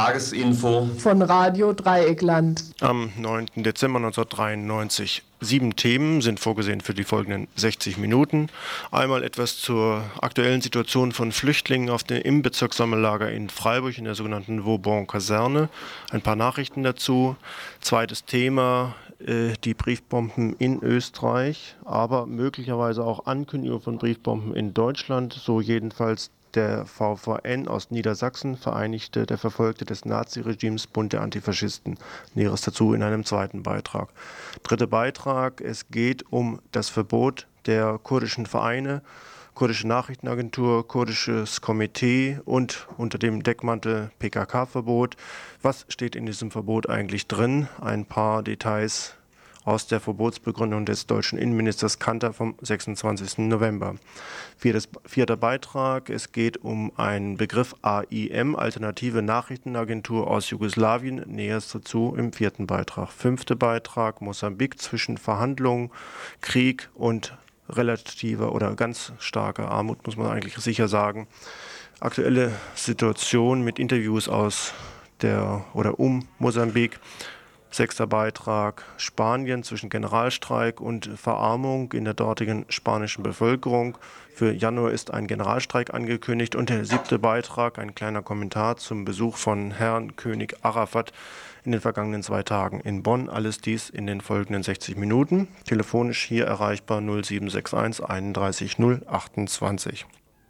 Tagesinfo von Radio Dreieckland. Am 9. Dezember 1993. 7 Themen sind vorgesehen für die folgenden 60 Minuten. Einmal etwas zur aktuellen Situation von Flüchtlingen im Bezirkssammellager in Freiburg in der sogenannten Vauban-Kaserne. Ein paar Nachrichten dazu. Zweites Thema, die Briefbomben in Österreich, aber möglicherweise auch Ankündigung von Briefbomben in Deutschland, so jedenfalls der VVN aus Niedersachsen, Vereinigte der Verfolgte des Naziregimes, Bund der Antifaschisten. Näheres dazu in einem zweiten Beitrag. Dritter Beitrag, es geht um das Verbot der kurdischen Vereine, kurdische Nachrichtenagentur, kurdisches Komitee und unter dem Deckmantel PKK-Verbot. Was steht in diesem Verbot eigentlich drin? Ein paar Details aus der Verbotsbegründung des deutschen Innenministers Kanter vom 26. November. Vierter Beitrag, es geht um einen Begriff AIM, Alternative Nachrichtenagentur aus Jugoslawien, Näheres dazu im vierten Beitrag. Fünfter Beitrag, Mosambik zwischen Verhandlungen, Krieg und relativer oder ganz starker Armut, muss man eigentlich sicher sagen. Aktuelle Situation mit Interviews aus um Mosambik. Sechster Beitrag, Spanien zwischen Generalstreik und Verarmung in der dortigen spanischen Bevölkerung. Für Januar ist ein Generalstreik angekündigt. Und der siebte Beitrag, ein kleiner Kommentar zum Besuch von Herrn König Arafat in den vergangenen 2 Tagen in Bonn. Alles dies in den folgenden 60 Minuten. Telefonisch hier erreichbar 0761 31 028.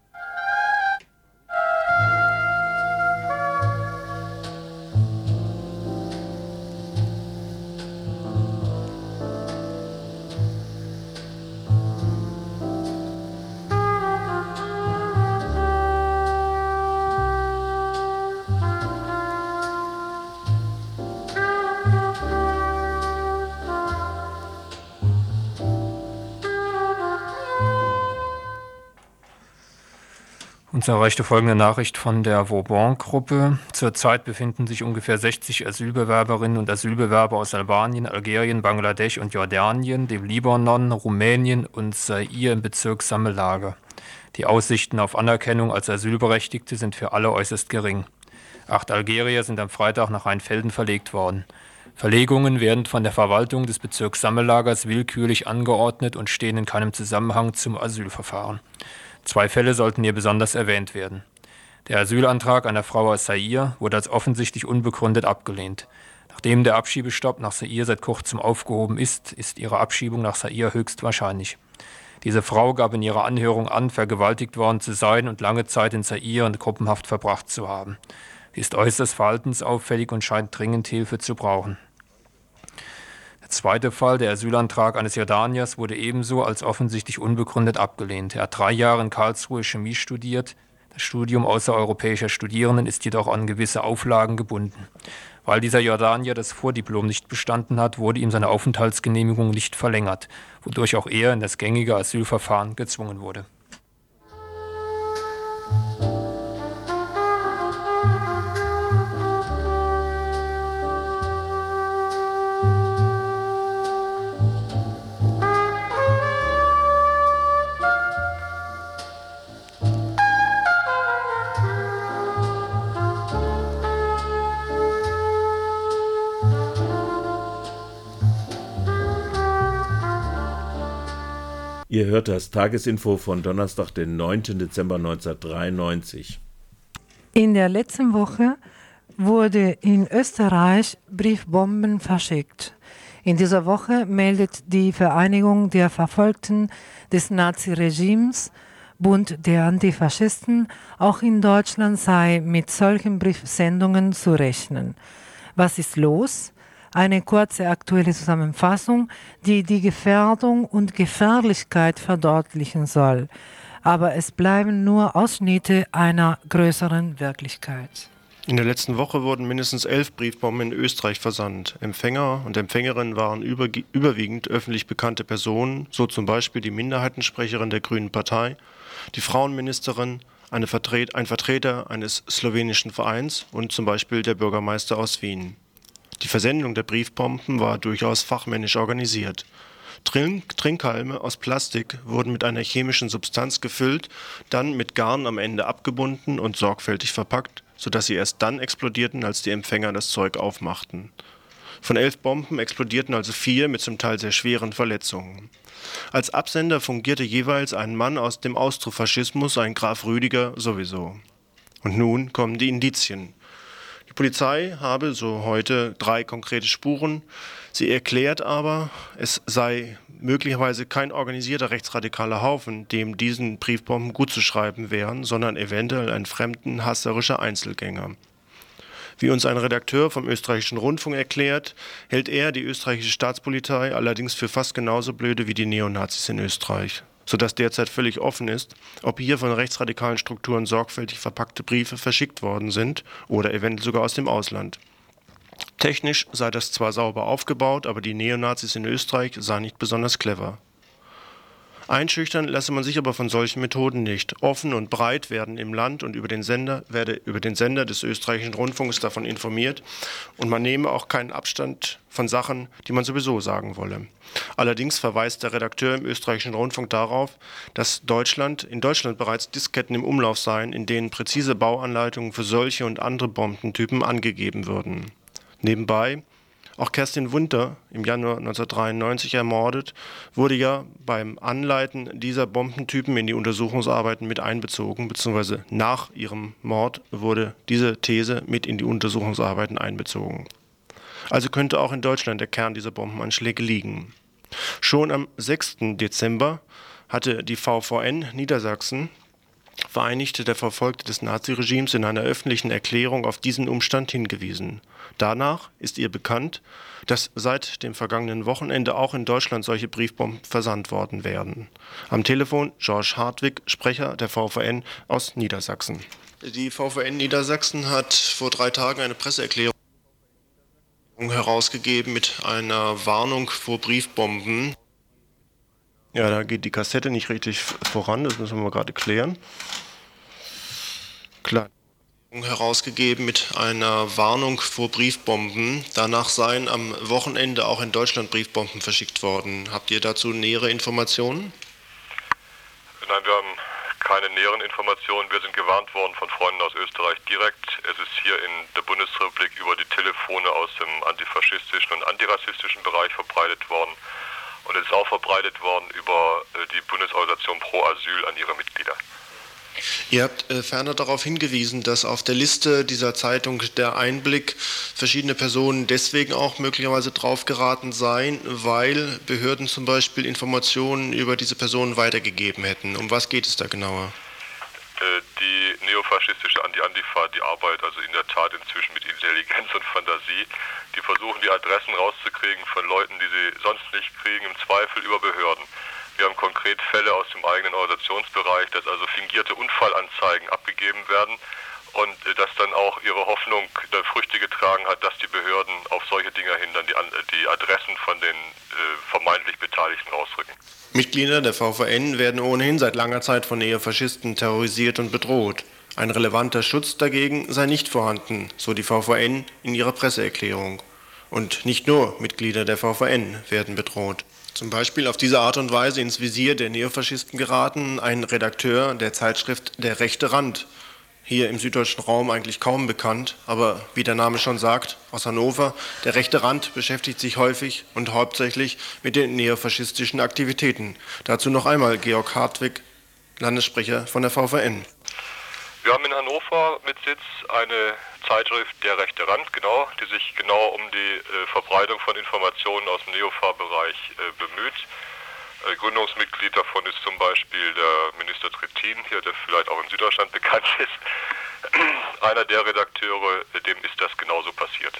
Uns erreichte folgende Nachricht von der Vauban-Gruppe. Zurzeit befinden sich ungefähr 60 Asylbewerberinnen und Asylbewerber aus Albanien, Algerien, Bangladesch und Jordanien, dem Libanon, Rumänien und Zaire im Bezirkssammellager. Die Aussichten auf Anerkennung als Asylberechtigte sind für alle äußerst gering. 8 Algerier sind am Freitag nach Rheinfelden verlegt worden. Verlegungen werden von der Verwaltung des Bezirkssammellagers willkürlich angeordnet und stehen in keinem Zusammenhang zum Asylverfahren. 2 Fälle sollten hier besonders erwähnt werden. Der Asylantrag einer Frau aus Zaire wurde als offensichtlich unbegründet abgelehnt. Nachdem der Abschiebestopp nach Zaire seit kurzem aufgehoben ist, ist ihre Abschiebung nach Zaire höchstwahrscheinlich. Diese Frau gab in ihrer Anhörung an, vergewaltigt worden zu sein und lange Zeit in Zaire und gruppenhaft verbracht zu haben. Sie ist äußerst verhaltensauffällig und scheint dringend Hilfe zu brauchen. Der zweite Fall, der Asylantrag eines Jordaniers, wurde ebenso als offensichtlich unbegründet abgelehnt. Er hat 3 Jahre in Karlsruhe Chemie studiert. Das Studium außereuropäischer Studierenden ist jedoch an gewisse Auflagen gebunden. Weil dieser Jordanier das Vordiplom nicht bestanden hat, wurde ihm seine Aufenthaltsgenehmigung nicht verlängert, wodurch auch er in das gängige Asylverfahren gezwungen wurde. Ihr hört das Tagesinfo von Donnerstag, den 9. Dezember 1993. In der letzten Woche wurde in Österreich Briefbomben verschickt. In dieser Woche meldet die Vereinigung der Verfolgten des Naziregimes, Bund der Antifaschisten, auch in Deutschland sei mit solchen Briefsendungen zu rechnen. Was ist los? Eine kurze aktuelle Zusammenfassung, die die Gefährdung und Gefährlichkeit verdeutlichen soll. Aber es bleiben nur Ausschnitte einer größeren Wirklichkeit. In der letzten Woche wurden mindestens 11 Briefbomben in Österreich versandt. Empfänger und Empfängerinnen waren überwiegend öffentlich bekannte Personen, so zum Beispiel die Minderheitensprecherin der Grünen Partei, die Frauenministerin, ein Vertreter eines slowenischen Vereins und zum Beispiel der Bürgermeister aus Wien. Die Versendung der Briefbomben war durchaus fachmännisch organisiert. Trinkhalme aus Plastik wurden mit einer chemischen Substanz gefüllt, dann mit Garn am Ende abgebunden und sorgfältig verpackt, sodass sie erst dann explodierten, als die Empfänger das Zeug aufmachten. Von 11 Bomben explodierten also 4 mit zum Teil sehr schweren Verletzungen. Als Absender fungierte jeweils ein Mann aus dem Austrofaschismus, ein Graf Rüdiger sowieso. Und nun kommen die Indizien. Die Polizei habe, so heute, 3 konkrete Spuren. Sie erklärt aber, es sei möglicherweise kein organisierter rechtsradikaler Haufen, dem diesen Briefbomben gutzuschreiben wären, sondern eventuell ein fremdenhasserischer Einzelgänger. Wie uns ein Redakteur vom österreichischen Rundfunk erklärt, hält er die österreichische Staatspolizei allerdings für fast genauso blöde wie die Neonazis in Österreich, sodass derzeit völlig offen ist, ob hier von rechtsradikalen Strukturen sorgfältig verpackte Briefe verschickt worden sind oder eventuell sogar aus dem Ausland. Technisch sei das zwar sauber aufgebaut, aber die Neonazis in Österreich seien nicht besonders clever. Einschüchtern lasse man sich aber von solchen Methoden nicht. Offen und breit werden im Land und werde über den Sender des österreichischen Rundfunks davon informiert und man nehme auch keinen Abstand von Sachen, die man sowieso sagen wolle. Allerdings verweist der Redakteur im österreichischen Rundfunk darauf, dass in Deutschland bereits Disketten im Umlauf seien, in denen präzise Bauanleitungen für solche und andere Bombentypen angegeben würden. Nebenbei: Auch Kerstin Wunter, im Januar 1993 ermordet, wurde ja beim Anleiten dieser Bombentypen in die Untersuchungsarbeiten mit einbezogen, beziehungsweise nach ihrem Mord wurde diese These mit in die Untersuchungsarbeiten einbezogen. Also könnte auch in Deutschland der Kern dieser Bombenanschläge liegen. Schon am 6. Dezember hatte die VVN Niedersachsen, Vereinigte der Verfolgte des Naziregimes, in einer öffentlichen Erklärung auf diesen Umstand hingewiesen. Danach ist ihr bekannt, dass seit dem vergangenen Wochenende auch in Deutschland solche Briefbomben versandt worden wären. Am Telefon George Hartwig, Sprecher der VVN aus Niedersachsen. Die VVN Niedersachsen hat vor 3 Tagen eine Presseerklärung herausgegeben mit einer Warnung vor Briefbomben. Ja, da geht die Kassette nicht richtig voran, das müssen wir mal gerade klären. Klar. Herausgegeben mit einer Warnung vor Briefbomben. Danach seien am Wochenende auch in Deutschland Briefbomben verschickt worden. Habt ihr dazu nähere Informationen? Nein, wir haben keine näheren Informationen. Wir sind gewarnt worden von Freunden aus Österreich direkt. Es ist hier in der Bundesrepublik über die Telefone aus dem antifaschistischen und antirassistischen Bereich verbreitet worden. Und es ist auch verbreitet worden über die Bundesorganisation Pro Asyl an ihre Mitglieder. Ihr habt ferner darauf hingewiesen, dass auf der Liste dieser Zeitung Der Einblick verschiedene Personen deswegen auch möglicherweise drauf geraten seien, weil Behörden zum Beispiel Informationen über diese Personen weitergegeben hätten. Um was geht es da genauer? Die neofaschistische Anti-Antifa, die arbeitet also in der Tat inzwischen mit Intelligenz und Fantasie. Die versuchen, die Adressen rauszukriegen von Leuten, die sie sonst nicht kriegen, im Zweifel über Behörden. Wir haben konkret Fälle aus dem eigenen Organisationsbereich, dass also fingierte Unfallanzeigen abgegeben werden und dass dann auch ihre Hoffnung Früchte getragen hat, dass die Behörden auf solche Dinge hin dann die Adressen von den vermeintlich Beteiligten rausrücken. Mitglieder der VVN werden ohnehin seit langer Zeit von Neofaschisten terrorisiert und bedroht. Ein relevanter Schutz dagegen sei nicht vorhanden, so die VVN in ihrer Presseerklärung. Und nicht nur Mitglieder der VVN werden bedroht. Zum Beispiel auf diese Art und Weise ins Visier der Neofaschisten geraten ein Redakteur der Zeitschrift Der rechte Rand, hier im süddeutschen Raum eigentlich kaum bekannt, aber wie der Name schon sagt, aus Hannover. Der rechte Rand beschäftigt sich häufig und hauptsächlich mit den neofaschistischen Aktivitäten. Dazu noch einmal Georg Hartwig, Landessprecher von der VVN. Wir haben in Hannover mit Sitz eine Zeitschrift Der rechte Rand, die sich genau um die Verbreitung von Informationen aus dem Neofa-Bereich bemüht. Gründungsmitglied davon ist zum Beispiel der Minister Trittin, hier, der vielleicht auch in Süddeutschland bekannt ist. Einer der Redakteure, dem ist das genauso passiert.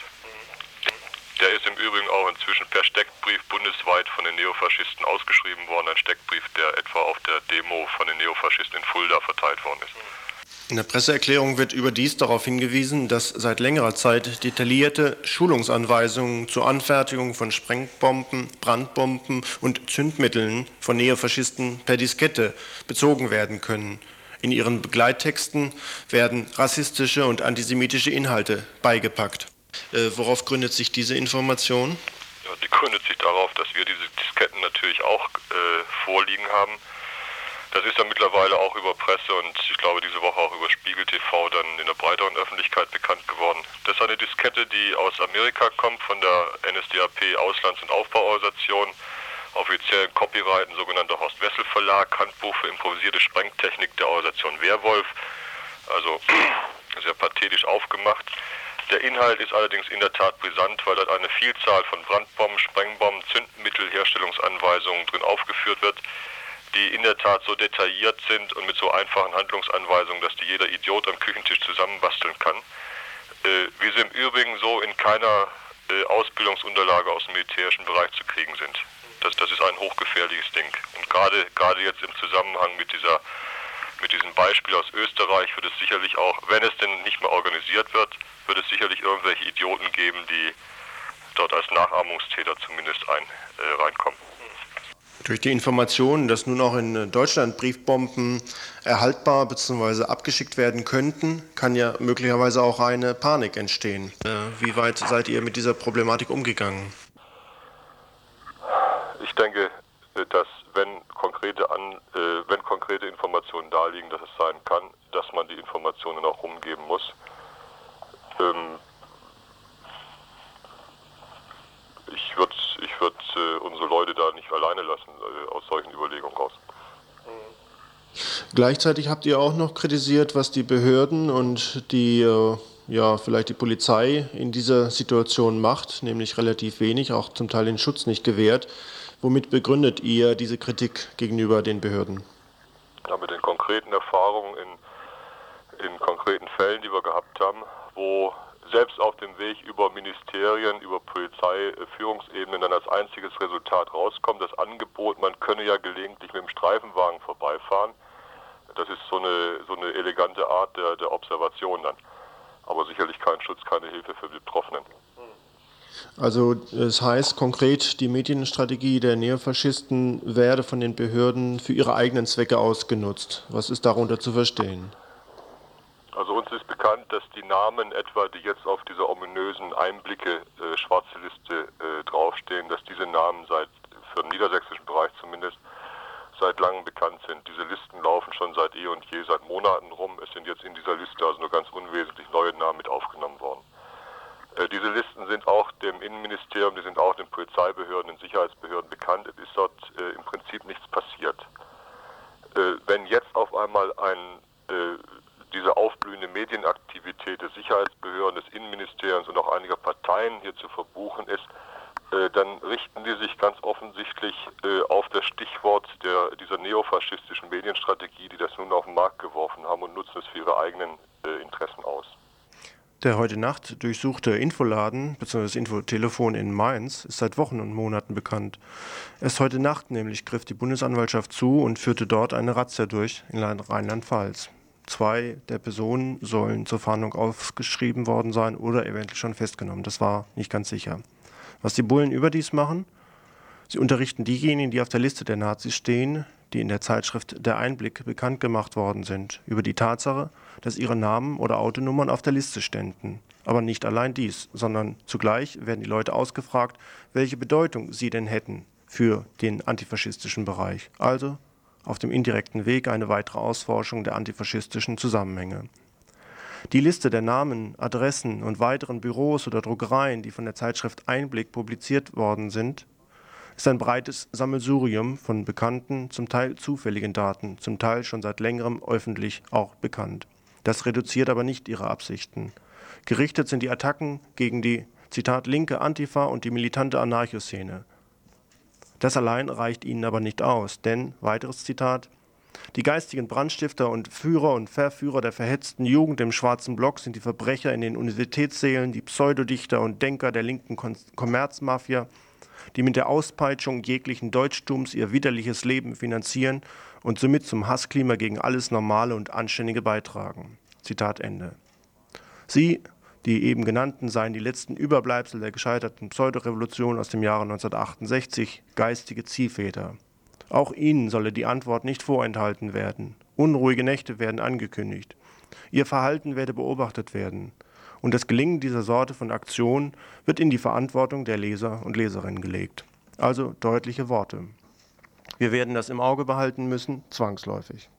Der ist im Übrigen auch inzwischen per Steckbrief bundesweit von den Neofaschisten ausgeschrieben worden. Ein Steckbrief, der etwa auf der Demo von den Neofaschisten in Fulda verteilt worden ist. In der Presseerklärung wird überdies darauf hingewiesen, dass seit längerer Zeit detaillierte Schulungsanweisungen zur Anfertigung von Sprengbomben, Brandbomben und Zündmitteln von Neofaschisten per Diskette bezogen werden können. In ihren Begleittexten werden rassistische und antisemitische Inhalte beigepackt. Worauf gründet sich diese Information? Ja, die gründet sich darauf, dass wir diese Disketten natürlich auch vorliegen haben. Das ist dann mittlerweile auch über Presse und ich glaube diese Woche auch über Spiegel TV dann in der breiteren Öffentlichkeit bekannt geworden. Das ist eine Diskette, die aus Amerika kommt, von der NSDAP Auslands- und Aufbauorganisation. Offiziell Copyright, ein sogenannter Horst Wessel Verlag, Handbuch für improvisierte Sprengtechnik der Organisation Werwolf. Also sehr pathetisch aufgemacht. Der Inhalt ist allerdings in der Tat brisant, weil dort eine Vielzahl von Brandbomben, Sprengbomben, Zündmittel, Herstellungsanweisungen drin aufgeführt wird, die in der Tat so detailliert sind und mit so einfachen Handlungsanweisungen, dass die jeder Idiot am Küchentisch zusammenbasteln kann. Wie sie im Übrigen so in keiner Ausbildungsunterlage aus dem militärischen Bereich zu kriegen sind. Das ist ein hochgefährliches Ding. Und gerade jetzt im Zusammenhang mit diesem Beispiel aus Österreich wird es sicherlich auch, wenn es denn nicht mehr organisiert wird, wird es sicherlich irgendwelche Idioten geben, die dort als Nachahmungstäter zumindest reinkommen. Durch die Information, dass nun auch in Deutschland Briefbomben erhaltbar bzw. abgeschickt werden könnten, kann ja möglicherweise auch eine Panik entstehen. Wie weit seid ihr mit dieser Problematik umgegangen? Ich denke, dass wenn konkrete Informationen darliegen, dass es sein kann, dass man die Informationen auch rumgeben muss. Ich würde unsere Leute da nicht alleine lassen, aus solchen Überlegungen raus. Gleichzeitig habt ihr auch noch kritisiert, was die Behörden und vielleicht die Polizei in dieser Situation macht, nämlich relativ wenig, auch zum Teil den Schutz nicht gewährt. Womit begründet ihr diese Kritik gegenüber den Behörden? Ja, mit den konkreten Erfahrungen in konkreten Fällen, die wir gehabt haben, wo selbst auf dem Weg über Ministerien, über Polizeiführungsebenen dann als einziges Resultat rauskommt, das Angebot, man könne ja gelegentlich mit dem Streifenwagen vorbeifahren. Das ist so eine elegante Art der Observation dann. Aber sicherlich kein Schutz, keine Hilfe für die Betroffenen. Also es heißt konkret, die Medienstrategie der Neofaschisten werde von den Behörden für ihre eigenen Zwecke ausgenutzt. Was ist darunter zu verstehen? Also uns ist bekannt, dass die Namen etwa, die jetzt auf dieser ominösen Einblicke schwarze Liste draufstehen, dass diese Namen für den niedersächsischen Bereich zumindest, seit langem bekannt sind. Diese Listen laufen schon seit eh und je, seit Monaten rum. Es sind jetzt in dieser Liste also nur ganz unwesentlich neue Namen mit aufgenommen worden. Diese Listen sind auch dem Innenministerium, die sind auch den Polizeibehörden, den Sicherheitsbehörden bekannt. Es ist dort im Prinzip nichts passiert. Wenn jetzt auf einmal diese aufblühende Medienaktivität des Sicherheitsbehörden, des Innenministeriums und auch einiger Parteien hier zu verbuchen ist, dann richten die sich ganz offensichtlich auf das Stichwort dieser neofaschistischen Medienstrategie, die das nun auf den Markt geworfen haben und nutzen es für ihre eigenen Interessen aus. Der heute Nacht durchsuchte Infoladen bzw. das Infotelefon in Mainz ist seit Wochen und Monaten bekannt. Erst heute Nacht nämlich griff die Bundesanwaltschaft zu und führte dort eine Razzia durch in Rheinland-Pfalz. 2 der Personen sollen zur Fahndung aufgeschrieben worden sein oder eventuell schon festgenommen. Das war nicht ganz sicher. Was die Bullen überdies machen? Sie unterrichten diejenigen, die auf der Liste der Nazis stehen, die in der Zeitschrift Der Einblick bekannt gemacht worden sind, über die Tatsache, dass ihre Namen oder Autonummern auf der Liste ständen. Aber nicht allein dies, sondern zugleich werden die Leute ausgefragt, welche Bedeutung sie denn hätten für den antifaschistischen Bereich. Also auf dem indirekten Weg eine weitere Ausforschung der antifaschistischen Zusammenhänge. Die Liste der Namen, Adressen und weiteren Büros oder Druckereien, die von der Zeitschrift Einblick publiziert worden sind, ist ein breites Sammelsurium von bekannten, zum Teil zufälligen Daten, zum Teil schon seit längerem öffentlich auch bekannt. Das reduziert aber nicht ihre Absichten. Gerichtet sind die Attacken gegen die, Zitat, linke Antifa und die militante Anarchoszene. Das allein reicht ihnen aber nicht aus, denn, weiteres Zitat, die geistigen Brandstifter und Führer und Verführer der verhetzten Jugend im Schwarzen Block sind die Verbrecher in den Universitätssälen, die Pseudodichter und Denker der linken Kommerzmafia, die mit der Auspeitschung jeglichen Deutschtums ihr widerliches Leben finanzieren und somit zum Hassklima gegen alles Normale und Anständige beitragen. Zitat Ende. Sie, die eben genannten, seien die letzten Überbleibsel der gescheiterten Pseudorevolution aus dem Jahre 1968, geistige Ziehväter. Auch ihnen solle die Antwort nicht vorenthalten werden. Unruhige Nächte werden angekündigt. Ihr Verhalten werde beobachtet werden. Und das Gelingen dieser Sorte von Aktion wird in die Verantwortung der Leser und Leserinnen gelegt. Also deutliche Worte. Wir werden das im Auge behalten müssen, zwangsläufig.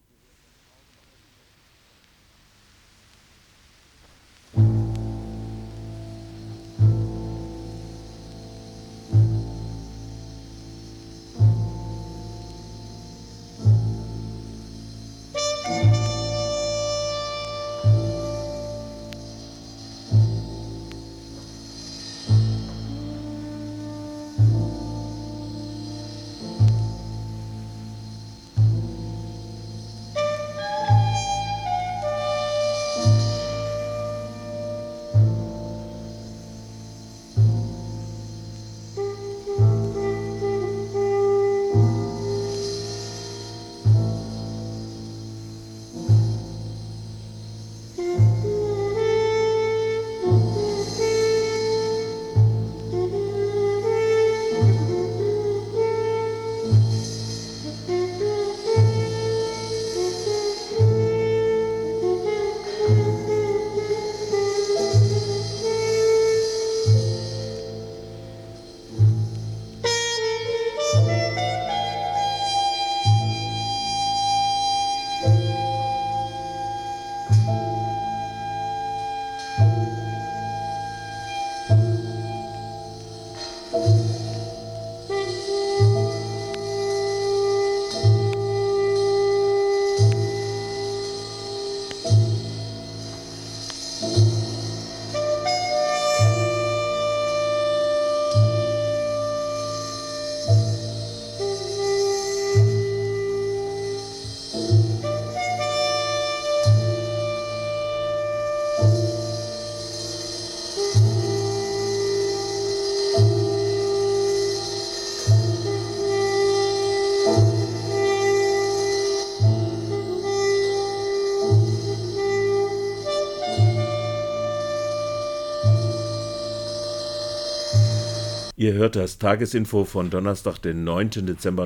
Ihr hört das Tagesinfo von Donnerstag, den 9. Dezember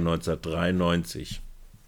1993.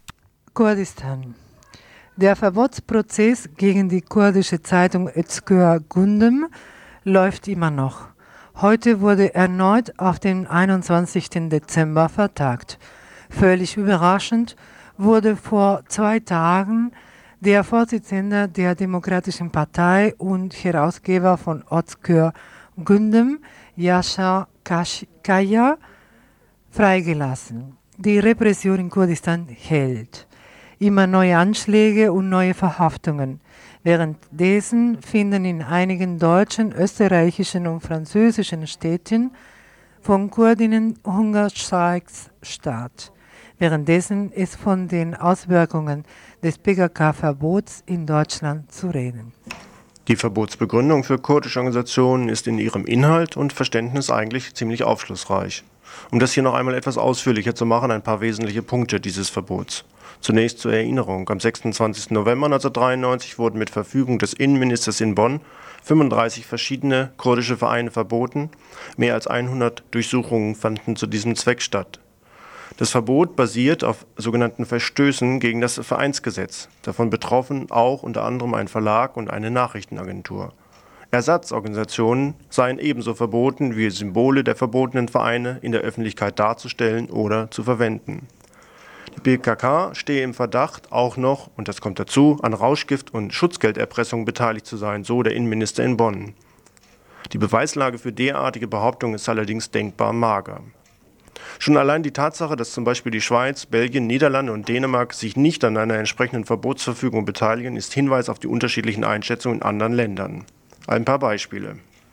Kurdistan. Der Verbotsprozess gegen die kurdische Zeitung Özgür Gündem läuft immer noch. Heute wurde erneut auf den 21. Dezember vertagt. Völlig überraschend wurde vor 2 Tagen der Vorsitzende der Demokratischen Partei und Herausgeber von Özgür Gündem, Yashar Kaya, freigelassen. Die Repression in Kurdistan hält. Immer neue Anschläge und neue Verhaftungen. Währenddessen finden in einigen deutschen, österreichischen und französischen Städten von Kurdinnen Hungerstreiks statt. Währenddessen ist von den Auswirkungen des PKK-Verbots in Deutschland zu reden. Die Verbotsbegründung für kurdische Organisationen ist in ihrem Inhalt und Verständnis eigentlich ziemlich aufschlussreich. Um das hier noch einmal etwas ausführlicher zu machen, ein paar wesentliche Punkte dieses Verbots. Zunächst zur Erinnerung. Am 26. November 1993 wurden mit Verfügung des Innenministers in Bonn 35 verschiedene kurdische Vereine verboten. Mehr als 100 Durchsuchungen fanden zu diesem Zweck statt. Das Verbot basiert auf sogenannten Verstößen gegen das Vereinsgesetz. Davon betroffen auch unter anderem ein Verlag und eine Nachrichtenagentur. Ersatzorganisationen seien ebenso verboten wie Symbole der verbotenen Vereine in der Öffentlichkeit darzustellen oder zu verwenden. Die PKK stehe im Verdacht, auch noch, und das kommt dazu, an Rauschgift- und Schutzgelderpressung beteiligt zu sein, so der Innenminister in Bonn. Die Beweislage für derartige Behauptungen ist allerdings denkbar mager. Schon allein die Tatsache, dass zum Beispiel die Schweiz, Belgien, Niederlande und Dänemark sich nicht an einer entsprechenden Verbotsverfügung beteiligen, ist Hinweis auf die unterschiedlichen Einschätzungen in anderen Ländern. Ein paar Beispiele.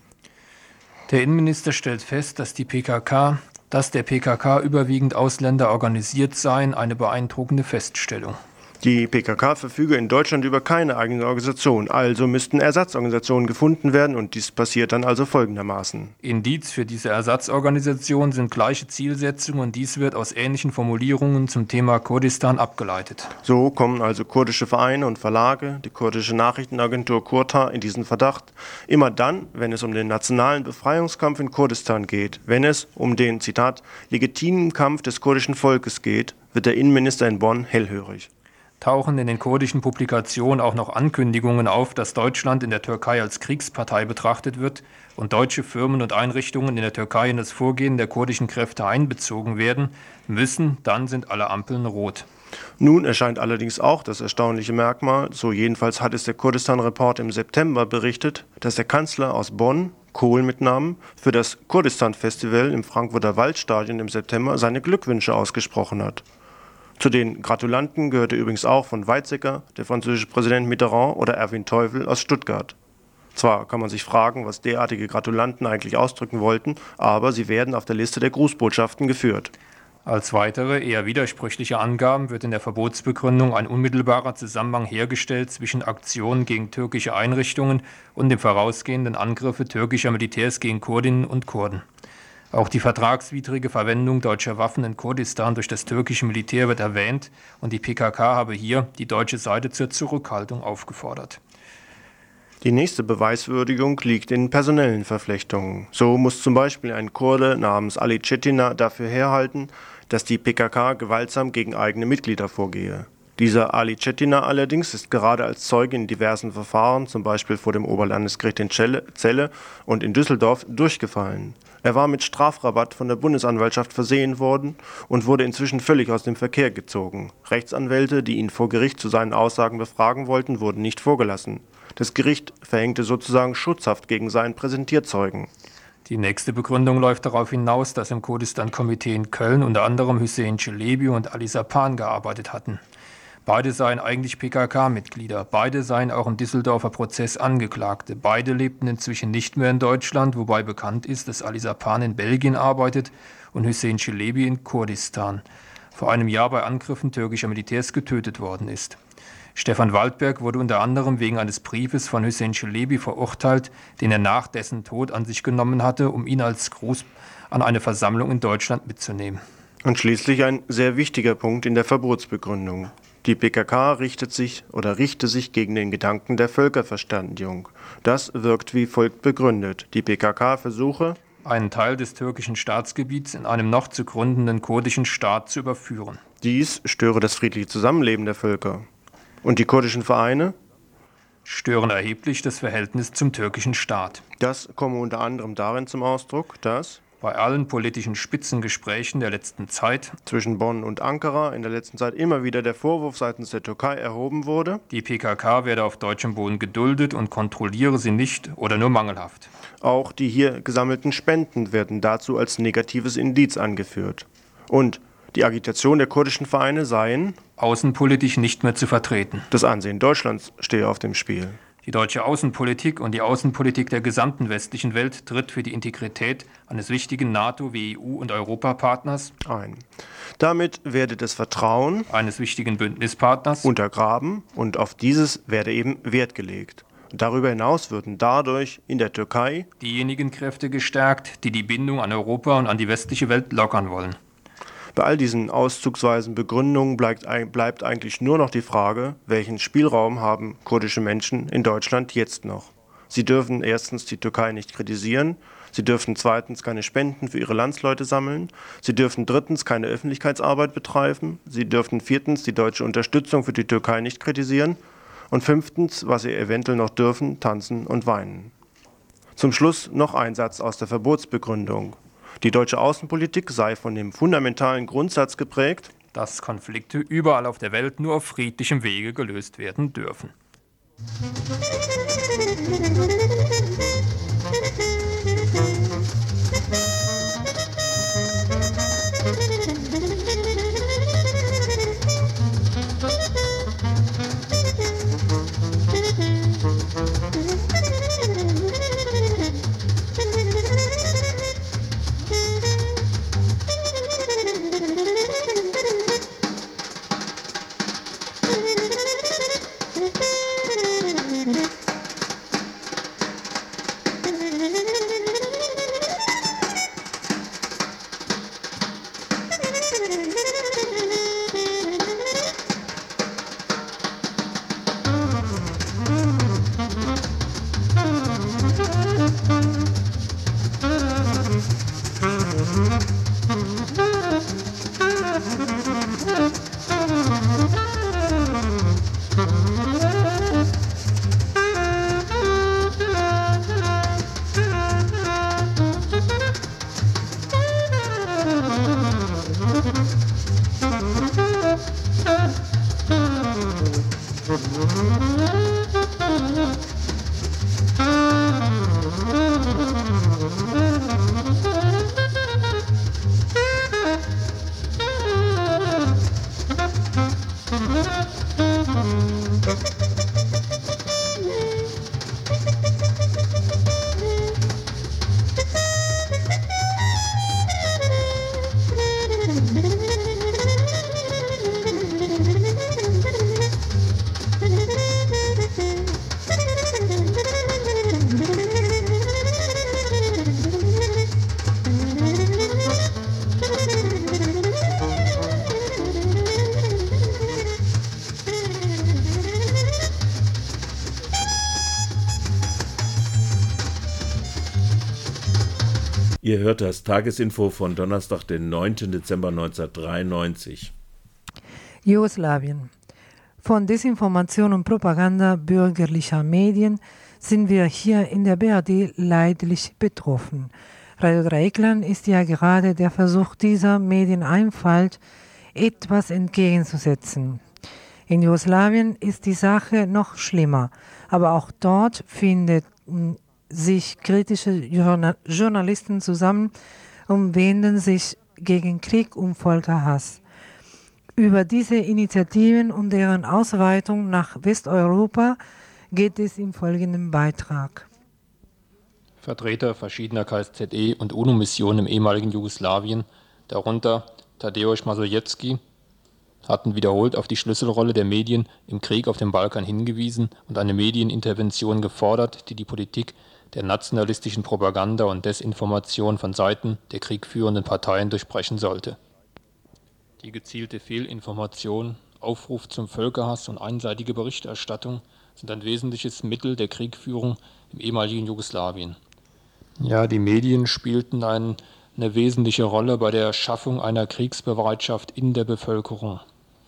Der Innenminister stellt fest, dass der PKK überwiegend Ausländer organisiert seien, eine beeindruckende Feststellung. Die PKK verfüge in Deutschland über keine eigene Organisation, also müssten Ersatzorganisationen gefunden werden und dies passiert dann also folgendermaßen. Indiz für diese Ersatzorganisation sind gleiche Zielsetzungen und dies wird aus ähnlichen Formulierungen zum Thema Kurdistan abgeleitet. So kommen also kurdische Vereine und Verlage, die kurdische Nachrichtenagentur Kurta in diesen Verdacht, immer dann, wenn es um den nationalen Befreiungskampf in Kurdistan geht, wenn es um den, Zitat, legitimen Kampf des kurdischen Volkes geht, wird der Innenminister in Bonn hellhörig. tauchen in den kurdischen Publikationen auch noch Ankündigungen auf, dass Deutschland in der Türkei als Kriegspartei betrachtet wird und deutsche Firmen und Einrichtungen in der Türkei in das Vorgehen der kurdischen Kräfte einbezogen werden müssen, dann sind alle Ampeln rot. Nun erscheint allerdings auch das erstaunliche Merkmal, so jedenfalls hat es der Kurdistan-Report im September berichtet, dass der Kanzler aus Bonn, Kohl mit Namen, für das Kurdistan-Festival im Frankfurter Waldstadion im September seine Glückwünsche ausgesprochen hat. Zu den Gratulanten gehörte übrigens auch von Weizsäcker, der französische Präsident Mitterrand oder Erwin Teufel aus Stuttgart. Zwar kann man sich fragen, was derartige Gratulanten eigentlich ausdrücken wollten, aber sie werden auf der Liste der Grußbotschaften geführt. Als weitere, eher widersprüchliche Angaben wird in der Verbotsbegründung ein unmittelbarer Zusammenhang hergestellt zwischen Aktionen gegen türkische Einrichtungen und dem vorausgehenden Angriffe türkischer Militärs gegen Kurdinnen und Kurden. Auch die vertragswidrige Verwendung deutscher Waffen in Kurdistan durch das türkische Militär wird erwähnt und die PKK habe hier die deutsche Seite zur Zurückhaltung aufgefordert. Die nächste Beweiswürdigung liegt in personellen Verflechtungen. So muss zum Beispiel ein Kurde namens Ali Cetina dafür herhalten, dass die PKK gewaltsam gegen eigene Mitglieder vorgehe. Dieser Ali Cetina allerdings ist gerade als Zeuge in diversen Verfahren, zum Beispiel vor dem Oberlandesgericht in Celle und in Düsseldorf, durchgefallen. Er war mit Strafrabatt von der Bundesanwaltschaft versehen worden und wurde inzwischen völlig aus dem Verkehr gezogen. Rechtsanwälte, die ihn vor Gericht zu seinen Aussagen befragen wollten, wurden nicht vorgelassen. Das Gericht verhängte sozusagen Schutzhaft gegen seinen Präsentierzeugen. Die nächste Begründung läuft darauf hinaus, dass im Kurdistan-Komitee in Köln unter anderem Hüseyin Çelebi und Ali Sapan gearbeitet hatten. Beide seien eigentlich PKK-Mitglieder, beide seien auch im Düsseldorfer Prozess Angeklagte. Beide lebten inzwischen nicht mehr in Deutschland, wobei bekannt ist, dass Ali Sapan in Belgien arbeitet und Hüseyin Çelebi in Kurdistan, vor einem Jahr bei Angriffen türkischer Militärs getötet worden ist. Stefan Waldberg wurde unter anderem wegen eines Briefes von Hüseyin Çelebi verurteilt, den er nach dessen Tod an sich genommen hatte, um ihn als Gruß an eine Versammlung in Deutschland mitzunehmen. Und schließlich ein sehr wichtiger Punkt in der Verbotsbegründung. Die PKK richte sich gegen den Gedanken der Völkerverständigung. Das wirkt wie folgt begründet. Die PKK versuche, einen Teil des türkischen Staatsgebiets in einem noch zu gründenden kurdischen Staat zu überführen. Dies störe das friedliche Zusammenleben der Völker. Und die kurdischen Vereine? Stören erheblich das Verhältnis zum türkischen Staat. Das komme unter anderem darin zum Ausdruck, dass bei allen politischen Spitzengesprächen der letzten Zeit zwischen Bonn und Ankara in der letzten Zeit immer wieder der Vorwurf seitens der Türkei erhoben wurde, die PKK werde auf deutschem Boden geduldet und kontrolliere sie nicht oder nur mangelhaft. Auch die hier gesammelten Spenden werden dazu als negatives Indiz angeführt. Und die Agitation der kurdischen Vereine seien außenpolitisch nicht mehr zu vertreten. Das Ansehen Deutschlands stehe auf dem Spiel. Die deutsche Außenpolitik und die Außenpolitik der gesamten westlichen Welt tritt für die Integrität eines wichtigen NATO-, wie EU- und Europapartners ein. Damit werde das Vertrauen eines wichtigen Bündnispartners untergraben und auf dieses werde eben Wert gelegt. Darüber hinaus würden dadurch in der Türkei diejenigen Kräfte gestärkt, die die Bindung an Europa und an die westliche Welt lockern wollen. Bei all diesen auszugsweisen Begründungen bleibt eigentlich nur noch die Frage, welchen Spielraum haben kurdische Menschen in Deutschland jetzt noch? Sie dürfen erstens die Türkei nicht kritisieren, sie dürfen zweitens keine Spenden für ihre Landsleute sammeln, sie dürfen drittens keine Öffentlichkeitsarbeit betreiben, sie dürfen viertens die deutsche Unterstützung für die Türkei nicht kritisieren und fünftens, was sie eventuell noch dürfen, tanzen und weinen. Zum Schluss noch ein Satz aus der Verbotsbegründung. Die deutsche Außenpolitik sei von dem fundamentalen Grundsatz geprägt, dass Konflikte überall auf der Welt nur auf friedlichem Wege gelöst werden dürfen. Ihr hört das Tagesinfo von Donnerstag, den 9. Dezember 1993. Jugoslawien. Von Desinformation und Propaganda bürgerlicher Medien sind wir hier in der BRD leidlich betroffen. Radio Dreieckland ist ja gerade der Versuch dieser Medieneinfalt, etwas entgegenzusetzen. In Jugoslawien ist die Sache noch schlimmer, aber auch dort finden sich kritische Journalisten zusammen und wenden sich gegen Krieg und Völkerhass. Über diese Initiativen und deren Ausweitung nach Westeuropa geht es im folgenden Beitrag. Vertreter verschiedener KSZE und UNO-Missionen im ehemaligen Jugoslawien, darunter Tadeusz Mazowiecki, hatten wiederholt auf die Schlüsselrolle der Medien im Krieg auf dem Balkan hingewiesen und eine Medienintervention gefordert, die die Politik der nationalistischen Propaganda und Desinformation von Seiten der kriegführenden Parteien durchbrechen sollte. Die gezielte Fehlinformation, Aufruf zum Völkerhass und einseitige Berichterstattung sind ein wesentliches Mittel der Kriegführung im ehemaligen Jugoslawien. Ja, die Medien spielten eine wesentliche Rolle bei der Schaffung einer Kriegsbereitschaft in der Bevölkerung.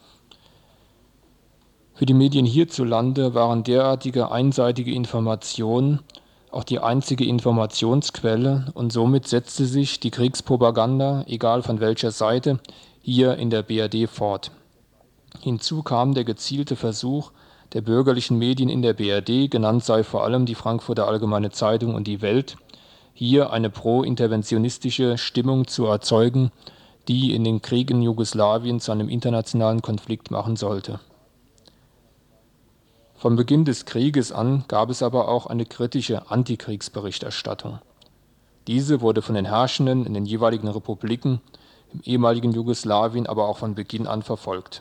Für die Medien hierzulande waren derartige einseitige Informationen auch die einzige Informationsquelle und somit setzte sich die Kriegspropaganda, egal von welcher Seite, hier in der BRD fort. Hinzu kam der gezielte Versuch der bürgerlichen Medien in der BRD, genannt sei vor allem die Frankfurter Allgemeine Zeitung und die Welt, hier eine pro-interventionistische Stimmung zu erzeugen, die in den Krieg in Jugoslawien zu einem internationalen Konflikt machen sollte. Vom Beginn des Krieges an gab es aber auch eine kritische Antikriegsberichterstattung. Diese wurde von den Herrschenden in den jeweiligen Republiken im ehemaligen Jugoslawien aber auch von Beginn an verfolgt.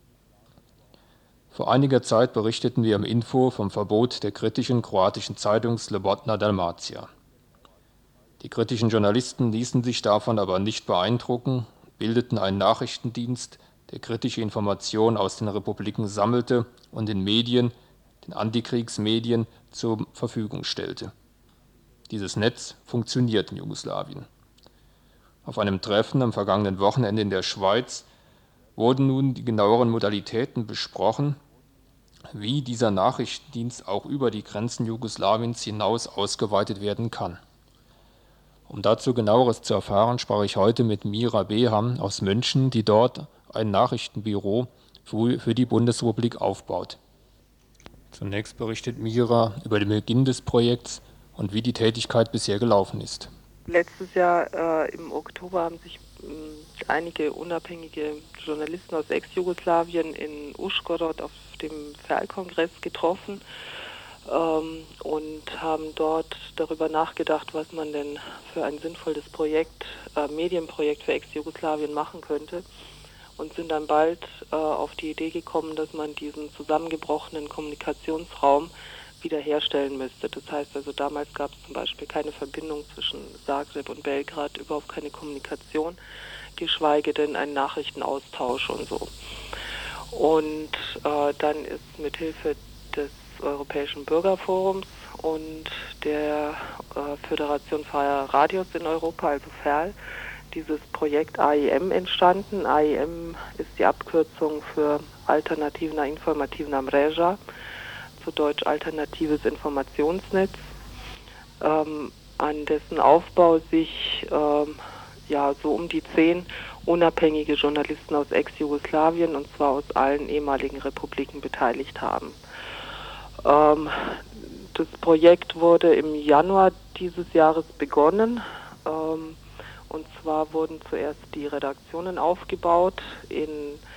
Vor einiger Zeit berichteten wir im Info vom Verbot der kritischen kroatischen Zeitung Slobodna Dalmacija. Die kritischen Journalisten ließen sich davon aber nicht beeindrucken, bildeten einen Nachrichtendienst, der kritische Informationen aus den Republiken sammelte und den Medien, den Antikriegsmedien, zur Verfügung stellte. Dieses Netz funktioniert in Jugoslawien. Auf einem Treffen am vergangenen Wochenende in der Schweiz wurden nun die genaueren Modalitäten besprochen, wie dieser Nachrichtendienst auch über die Grenzen Jugoslawiens hinaus ausgeweitet werden kann. Um dazu Genaueres zu erfahren, sprach ich heute mit Mira Beham aus München, die dort ein Nachrichtenbüro für die Bundesrepublik aufbaut. Zunächst berichtet Mira über den Beginn des Projekts und wie die Tätigkeit bisher gelaufen ist. Letztes Jahr im Oktober haben sich einige unabhängige Journalisten aus Ex-Jugoslawien in Uschgorod auf dem FERL-Kongress getroffen und haben dort darüber nachgedacht, was man denn für ein sinnvolles Projekt, Medienprojekt für Ex-Jugoslawien machen könnte und sind dann bald auf die Idee gekommen, dass man diesen zusammengebrochenen Kommunikationsraum wiederherstellen müsste. Das heißt also, damals gab es zum Beispiel keine Verbindung zwischen Zagreb und Belgrad, überhaupt keine Kommunikation, geschweige denn einen Nachrichtenaustausch und so. Und dann ist mit Hilfe des Europäischen Bürgerforums und der Föderation freier Radios in Europa, also FERL, dieses Projekt AIM entstanden. AIM ist die Abkürzung für Alternativna Informativna Mreža, zu Deutsch Alternatives Informationsnetz, an dessen Aufbau sich so um die 10 unabhängige Journalisten aus Ex-Jugoslawien, und zwar aus allen ehemaligen Republiken, beteiligt haben. Das Projekt wurde im Januar dieses Jahres begonnen. Und zwar wurden zuerst die Redaktionen aufgebaut in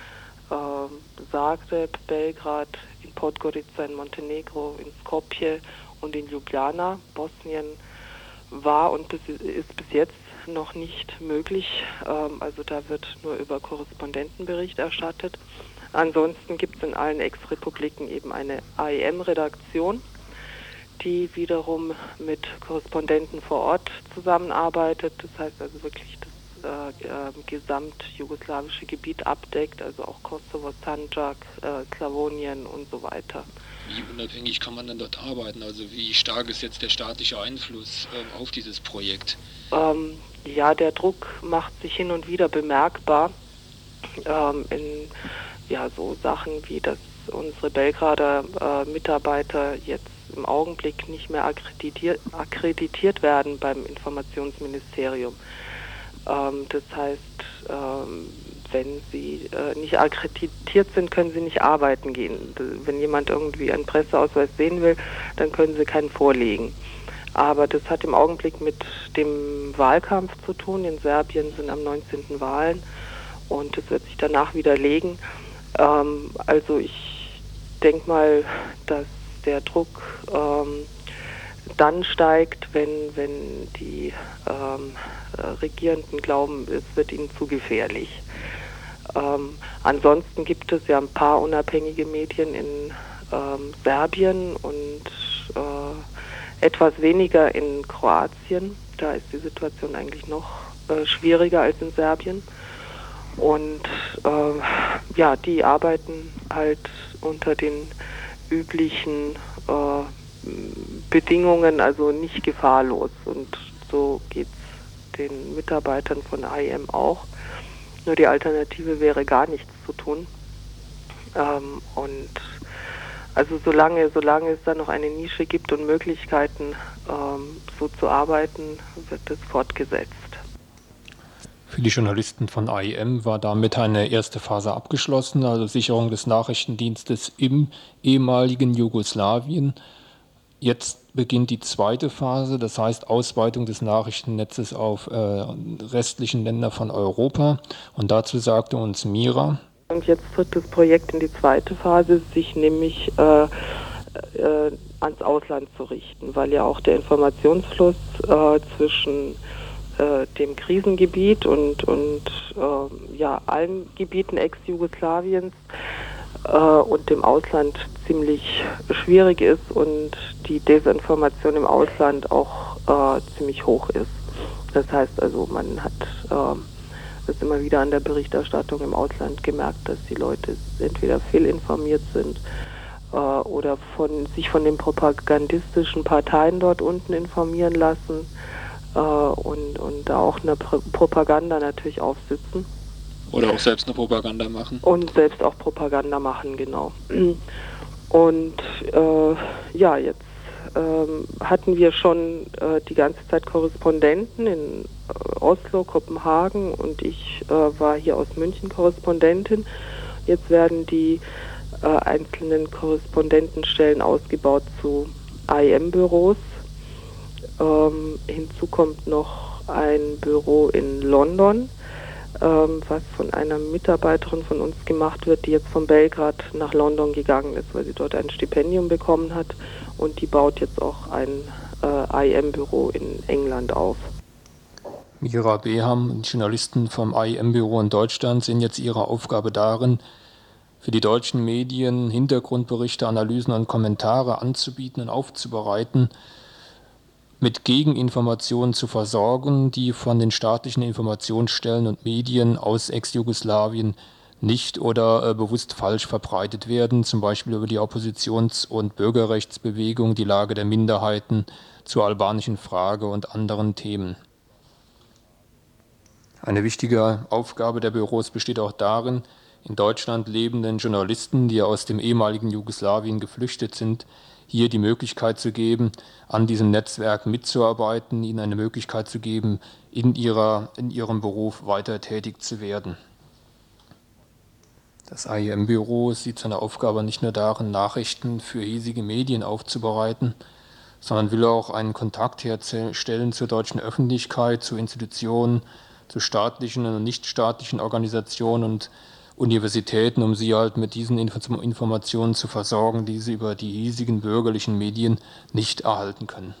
Zagreb, Belgrad, in Podgorica, in Montenegro, in Skopje und in Ljubljana. Bosnien war und ist bis jetzt noch nicht möglich. Also da wird nur über Korrespondentenbericht erstattet. Ansonsten gibt es in allen Ex-Republiken eben eine AIM-Redaktion, die wiederum mit Korrespondenten vor Ort zusammenarbeitet. Das heißt also wirklich das gesamtjugoslawische Gebiet abdeckt, also auch Kosovo, Sandžak, Slawonien und so weiter. Wie unabhängig kann man denn dort arbeiten? Also wie stark ist jetzt der staatliche Einfluss auf dieses Projekt? Ja, der Druck macht sich hin und wieder bemerkbar in so Sachen wie, dass unsere Belgrader Mitarbeiter jetzt im Augenblick nicht mehr akkreditiert werden beim Informationsministerium. Das heißt, wenn sie nicht akkreditiert sind, können sie nicht arbeiten gehen. Wenn jemand irgendwie einen Presseausweis sehen will, dann können sie keinen vorlegen. Aber das hat im Augenblick mit dem Wahlkampf zu tun. In Serbien sind am 19. Wahlen und das wird sich danach widerlegen. Also ich denke mal, dass der Druck dann steigt, wenn die Regierenden glauben, es wird ihnen zu gefährlich. Ansonsten gibt es ja ein paar unabhängige Medien in Serbien und etwas weniger in Kroatien. Da ist die Situation eigentlich noch schwieriger als in Serbien. Und die arbeiten halt unter den üblichen Bedingungen, also nicht gefahrlos. Und so geht es den Mitarbeitern von IM auch. Nur die Alternative wäre gar nichts zu tun. Und also solange es da noch eine Nische gibt und Möglichkeiten, so zu arbeiten, wird es fortgesetzt. Für die Journalisten von IM war damit eine erste Phase abgeschlossen, also Sicherung des Nachrichtendienstes im ehemaligen Jugoslawien. Jetzt beginnt die zweite Phase, das heißt Ausweitung des Nachrichtennetzes auf restlichen Länder von Europa. Und dazu sagte uns Mira: Und jetzt tritt das Projekt in die zweite Phase, sich nämlich ans Ausland zu richten, weil ja auch der Informationsfluss zwischen dem Krisengebiet und allen Gebieten Ex-Jugoslawiens und dem Ausland ziemlich schwierig ist und die Desinformation im Ausland auch ziemlich hoch ist. Das heißt also, man hat das immer wieder an der Berichterstattung im Ausland gemerkt, dass die Leute entweder fehlinformiert sind oder sich von den propagandistischen Parteien dort unten informieren lassen und da auch eine Propaganda natürlich aufsitzen. Oder auch selbst eine Propaganda machen. Und selbst auch Propaganda machen, genau. Und jetzt hatten wir schon die ganze Zeit Korrespondenten in Oslo, Kopenhagen und ich war hier aus München Korrespondentin. Jetzt werden die einzelnen Korrespondentenstellen ausgebaut zu IM-Büros. Hinzu kommt noch ein Büro in London, was von einer Mitarbeiterin von uns gemacht wird, die jetzt von Belgrad nach London gegangen ist, weil sie dort ein Stipendium bekommen hat, und die baut jetzt auch ein IM-Büro in England auf. Mira Beham und Journalisten vom IM-Büro in Deutschland sehen jetzt ihre Aufgabe darin, für die deutschen Medien Hintergrundberichte, Analysen und Kommentare anzubieten und aufzubereiten, mit Gegeninformationen zu versorgen, die von den staatlichen Informationsstellen und Medien aus Ex-Jugoslawien nicht oder bewusst falsch verbreitet werden, zum Beispiel über die Oppositions- und Bürgerrechtsbewegung, die Lage der Minderheiten, zur albanischen Frage und anderen Themen. Eine wichtige Aufgabe der Büros besteht auch darin, in Deutschland lebenden Journalisten, die aus dem ehemaligen Jugoslawien geflüchtet sind, hier die Möglichkeit zu geben, an diesem Netzwerk mitzuarbeiten, ihnen eine Möglichkeit zu geben, in ihrem Beruf weiter tätig zu werden. Das IM-Büro sieht seine Aufgabe nicht nur darin, Nachrichten für hiesige Medien aufzubereiten, sondern will auch einen Kontakt herstellen zur deutschen Öffentlichkeit, zu Institutionen, zu staatlichen und nichtstaatlichen Organisationen und Universitäten, um sie halt mit diesen Informationen zu versorgen, die sie über die hiesigen bürgerlichen Medien nicht erhalten können.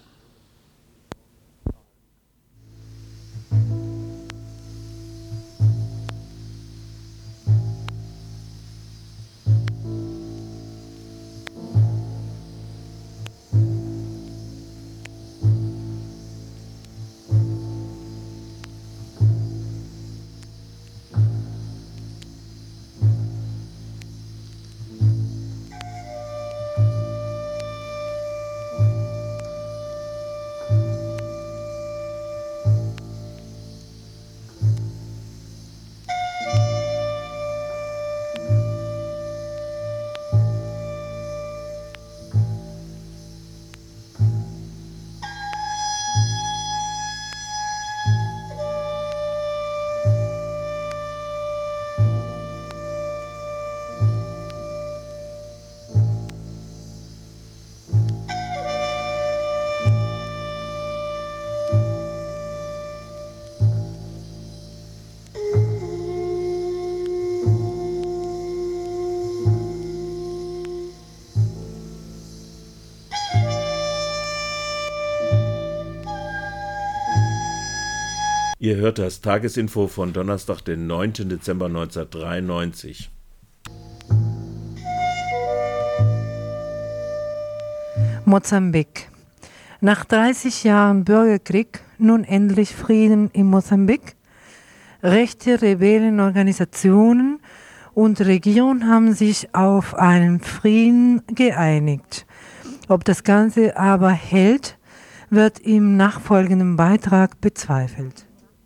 Ihr hört das Tagesinfo von Donnerstag, den 9. Dezember 1993. Mosambik. Nach 30 Jahren Bürgerkrieg nun endlich Frieden in Mosambik. Rechte Rebellenorganisationen und Regierung haben sich auf einen Frieden geeinigt. Ob das Ganze aber hält, wird im nachfolgenden Beitrag bezweifelt.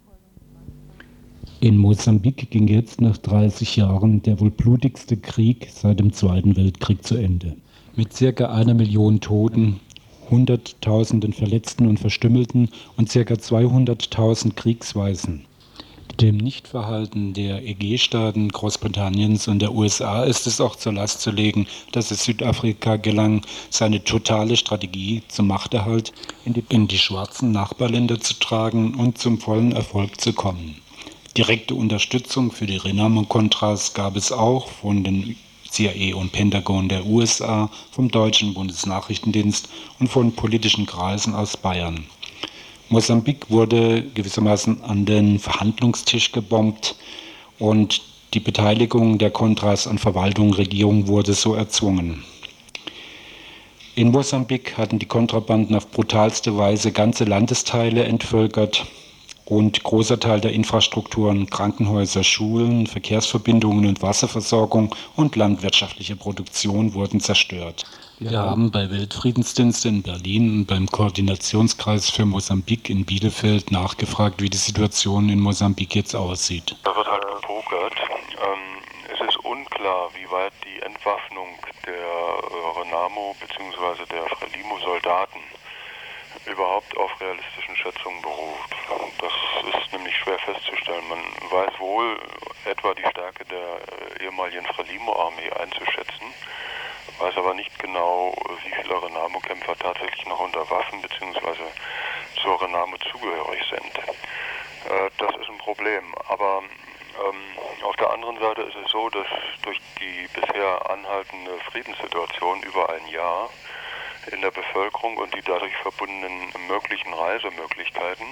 In Mosambik ging jetzt nach 30 Jahren der wohl blutigste Krieg seit dem Zweiten Weltkrieg zu Ende. Mit ca. 1 Million Toten, Hunderttausenden Verletzten und Verstümmelten und ca. 200.000 Kriegsweisen. Dem Nichtverhalten der EG-Staaten, Großbritanniens und der USA ist es auch zur Last zu legen, dass es Südafrika gelang, seine totale Strategie zum Machterhalt in die schwarzen Nachbarländer zu tragen und zum vollen Erfolg zu kommen. Direkte Unterstützung für die Renamo-Contras gab es auch von den CIA und Pentagon der USA, vom deutschen Bundesnachrichtendienst und von politischen Kreisen aus Bayern. Mosambik wurde gewissermaßen an den Verhandlungstisch gebombt und die Beteiligung der Contras an Verwaltung und Regierung wurde so erzwungen. In Mosambik hatten die Kontrabanden auf brutalste Weise ganze Landesteile entvölkert und großer Teil der Infrastrukturen, Krankenhäuser, Schulen, Verkehrsverbindungen und Wasserversorgung und landwirtschaftliche Produktion wurden zerstört. Wir haben bei Weltfriedensdienst in Berlin und beim Koordinationskreis für Mosambik in Bielefeld nachgefragt, wie die Situation in Mosambik jetzt aussieht. Da wird halt gepokert. Es ist unklar, wie weit die Entwaffnung der Renamo bzw. der Frelimo-Soldaten überhaupt auf realistischen Schätzungen beruht. Das ist nämlich schwer festzustellen. Man weiß wohl etwa die Stärke der ehemaligen Frelimo-Armee einzuschätzen, weiß aber nicht genau, wie viele Renamo-Kämpfer tatsächlich noch unter Waffen bzw. zur Renamo zugehörig sind. Das ist ein Problem. Aber auf der anderen Seite ist es so, dass durch die bisher anhaltende Friedenssituation über ein Jahr in der Bevölkerung und die dadurch verbundenen möglichen Reisemöglichkeiten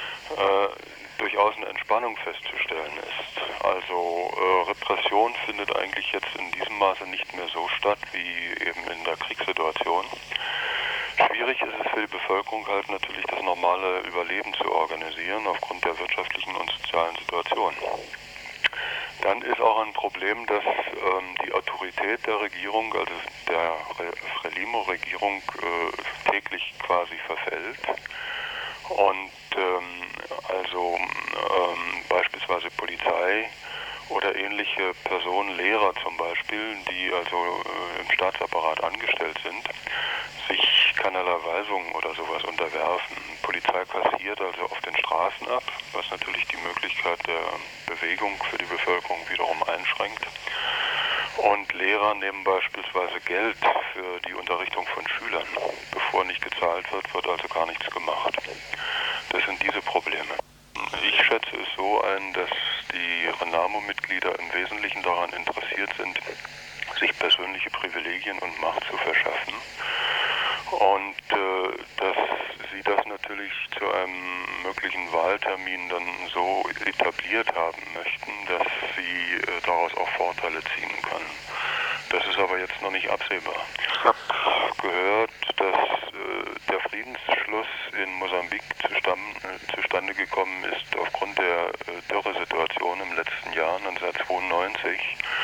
durchaus eine Entspannung festzustellen ist. Also Repression findet eigentlich jetzt in diesem Maße nicht mehr so statt wie eben in der Kriegssituation. Schwierig ist es für die Bevölkerung halt natürlich das normale Überleben zu organisieren aufgrund der wirtschaftlichen und sozialen Situation. Dann ist auch ein Problem, dass die Autorität der Regierung, also der Frelimo-Regierung, täglich quasi verfällt. Und beispielsweise Polizei oder ähnliche Personen, Lehrer zum Beispiel, die also im Staatsapparat angestellt sind, sich keinerlei Weisungen oder sowas unterwerfen. Polizei kassiert also auf den Straßen ab, was natürlich die Möglichkeit der Bewegung für die Bevölkerung wiederum einschränkt. Und Lehrer nehmen beispielsweise Geld für die Unterrichtung von Schülern. Bevor nicht gezahlt wird, wird also gar nichts gemacht. Das sind diese Probleme. Ich schätze es so ein, dass die Renamo-Mitglieder im Wesentlichen daran interessiert sind, sich persönliche Privilegien und Macht zu verschaffen. Und dass sie das natürlich zu einem möglichen Wahltermin dann so etabliert haben möchten, dass sie daraus auch Vorteile ziehen können. Das ist aber jetzt noch nicht absehbar. Ich habe gehört, dass der Friedensschluss in Mosambik zustande gekommen ist aufgrund der Dürresituation im letzten Jahr, 1992,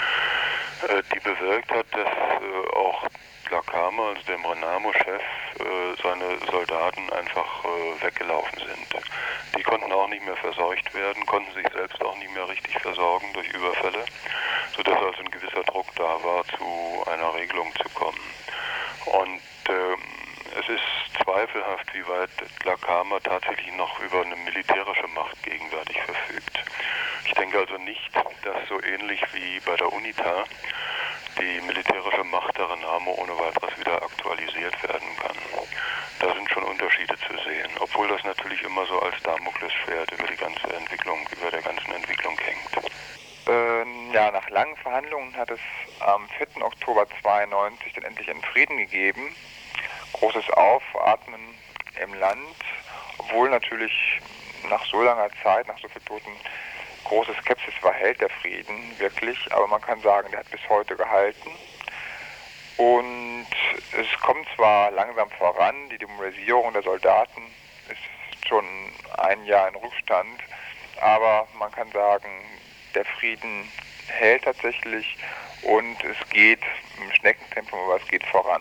die bewirkt hat, dass auch Dhlakama, also dem Renamo-Chef, seine Soldaten einfach weggelaufen sind. Die konnten auch nicht mehr versorgt werden, konnten sich selbst auch nicht mehr richtig versorgen durch Überfälle, sodass also ein gewisser Druck da war, zu einer Regelung zu kommen. Und es ist zweifelhaft, wie weit Dhlakama tatsächlich noch über eine militärische Macht gegenwärtig verfügt. Ich denke also nicht, dass so ähnlich wie bei der UNITA die militärische Macht der Renamo ohne weiteres wieder aktualisiert werden kann. Da sind schon Unterschiede zu sehen, obwohl das natürlich immer so als Damoklesschwert über der ganzen Entwicklung hängt. Nach langen Verhandlungen hat es am 4. Oktober 1992 dann endlich einen Frieden gegeben. Großes Aufatmen im Land, obwohl natürlich nach so langer Zeit, nach so vielen Toten, große Skepsis war, hält der Frieden wirklich, aber man kann sagen, der hat bis heute gehalten. Und es kommt zwar langsam voran, die Demobilisierung der Soldaten ist schon ein Jahr in Rückstand, aber man kann sagen, der Frieden hält tatsächlich und es geht im Schneckentempo, aber es geht voran.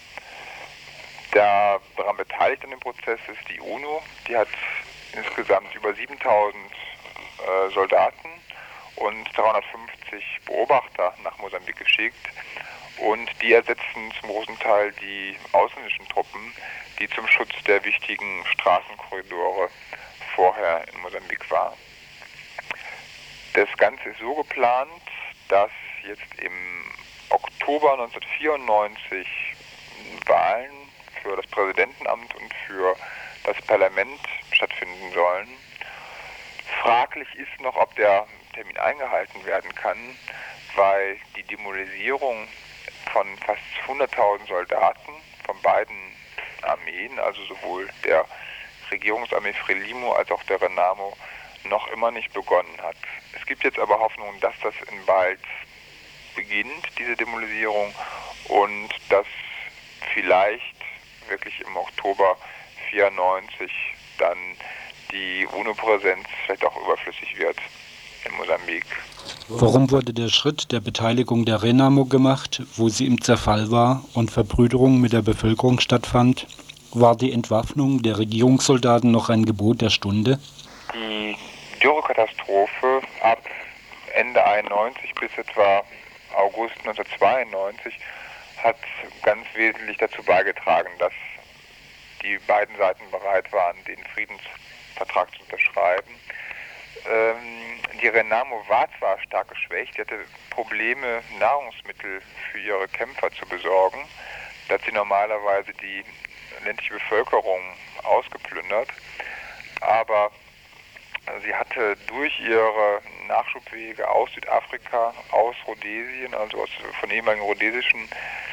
Daran beteiligt an dem Prozess ist die UNO, die hat insgesamt über 7000 Soldaten und 350 Beobachter nach Mosambik geschickt und die ersetzen zum großen Teil die ausländischen Truppen, die zum Schutz der wichtigen Straßenkorridore vorher in Mosambik waren. Das Ganze ist so geplant, dass jetzt im Oktober 1994 Wahlen für das Präsidentenamt und für das Parlament stattfinden sollen. Fraglich ist noch, ob der Termin eingehalten werden kann, weil die Demobilisierung von fast 100.000 Soldaten von beiden Armeen, also sowohl der Regierungsarmee Frelimo als auch der Renamo, noch immer nicht begonnen hat. Es gibt jetzt aber Hoffnung, dass das in bald beginnt, diese Demobilisierung, und dass vielleicht wirklich im Oktober 1994 dann die UNO-Präsenz vielleicht auch überflüssig wird in Mosambik. Warum wurde der Schritt der Beteiligung der Renamo gemacht, wo sie im Zerfall war und Verbrüderung mit der Bevölkerung stattfand? War die Entwaffnung der Regierungssoldaten noch ein Gebot der Stunde? Die Dürrekatastrophe ab Ende 1991 bis etwa August 1992 hat ganz wesentlich dazu beigetragen, dass die beiden Seiten bereit waren, den Friedensvertrag zu unterschreiben. Die Renamo war zwar stark geschwächt, sie hatte Probleme, Nahrungsmittel für ihre Kämpfer zu besorgen. Da hat sie normalerweise die ländliche Bevölkerung ausgeplündert, aber sie hatte durch ihre Nachschubwege aus Südafrika, aus Rhodesien, also von ehemaligen rhodesischen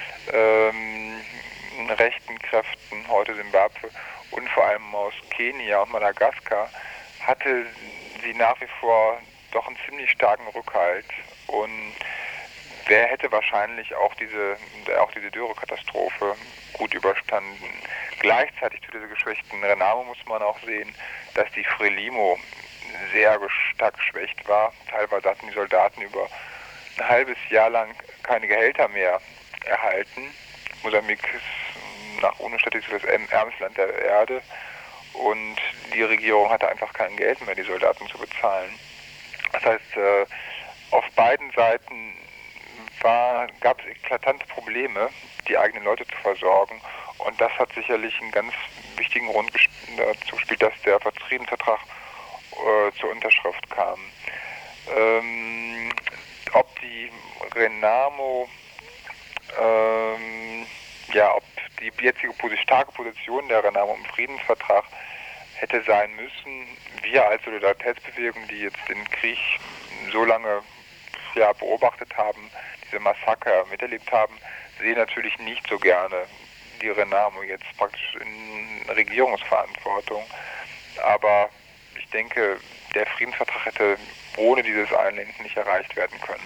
rechten Kräften, heute Simbabwe, und vor allem aus Kenia und Madagaskar, hatte sie nach wie vor doch einen ziemlich starken Rückhalt. Und wer hätte wahrscheinlich auch diese Dürrekatastrophe gut überstanden. Gleichzeitig zu dieser geschwächten Renamo muss man auch sehen, dass die Frelimo sehr stark geschwächt war. Teilweise hatten die Soldaten über ein halbes Jahr lang keine Gehälter mehr erhalten. Mosambik ist nach UNO-Statistik das ärmste Land der Erde und die Regierung hatte einfach kein Geld mehr, die Soldaten zu bezahlen. Das heißt, auf beiden Seiten gab es eklatante Probleme, die eigenen Leute zu versorgen, und das hat sicherlich einen ganz wichtigen Grund dazu gespielt, dass der Friedensvertrag zur Unterschrift kam. Ob die Renamo, ob die jetzige starke Position der Renamo im Friedensvertrag hätte sein müssen, wir als Solidaritätsbewegung, die jetzt den Krieg so lange beobachtet haben, diese Massaker miterlebt haben, sehen natürlich nicht so gerne die Renamo jetzt praktisch in Regierungsverantwortung. Aber ich denke, der Friedensvertrag hätte ohne dieses Einlenken nicht erreicht werden können.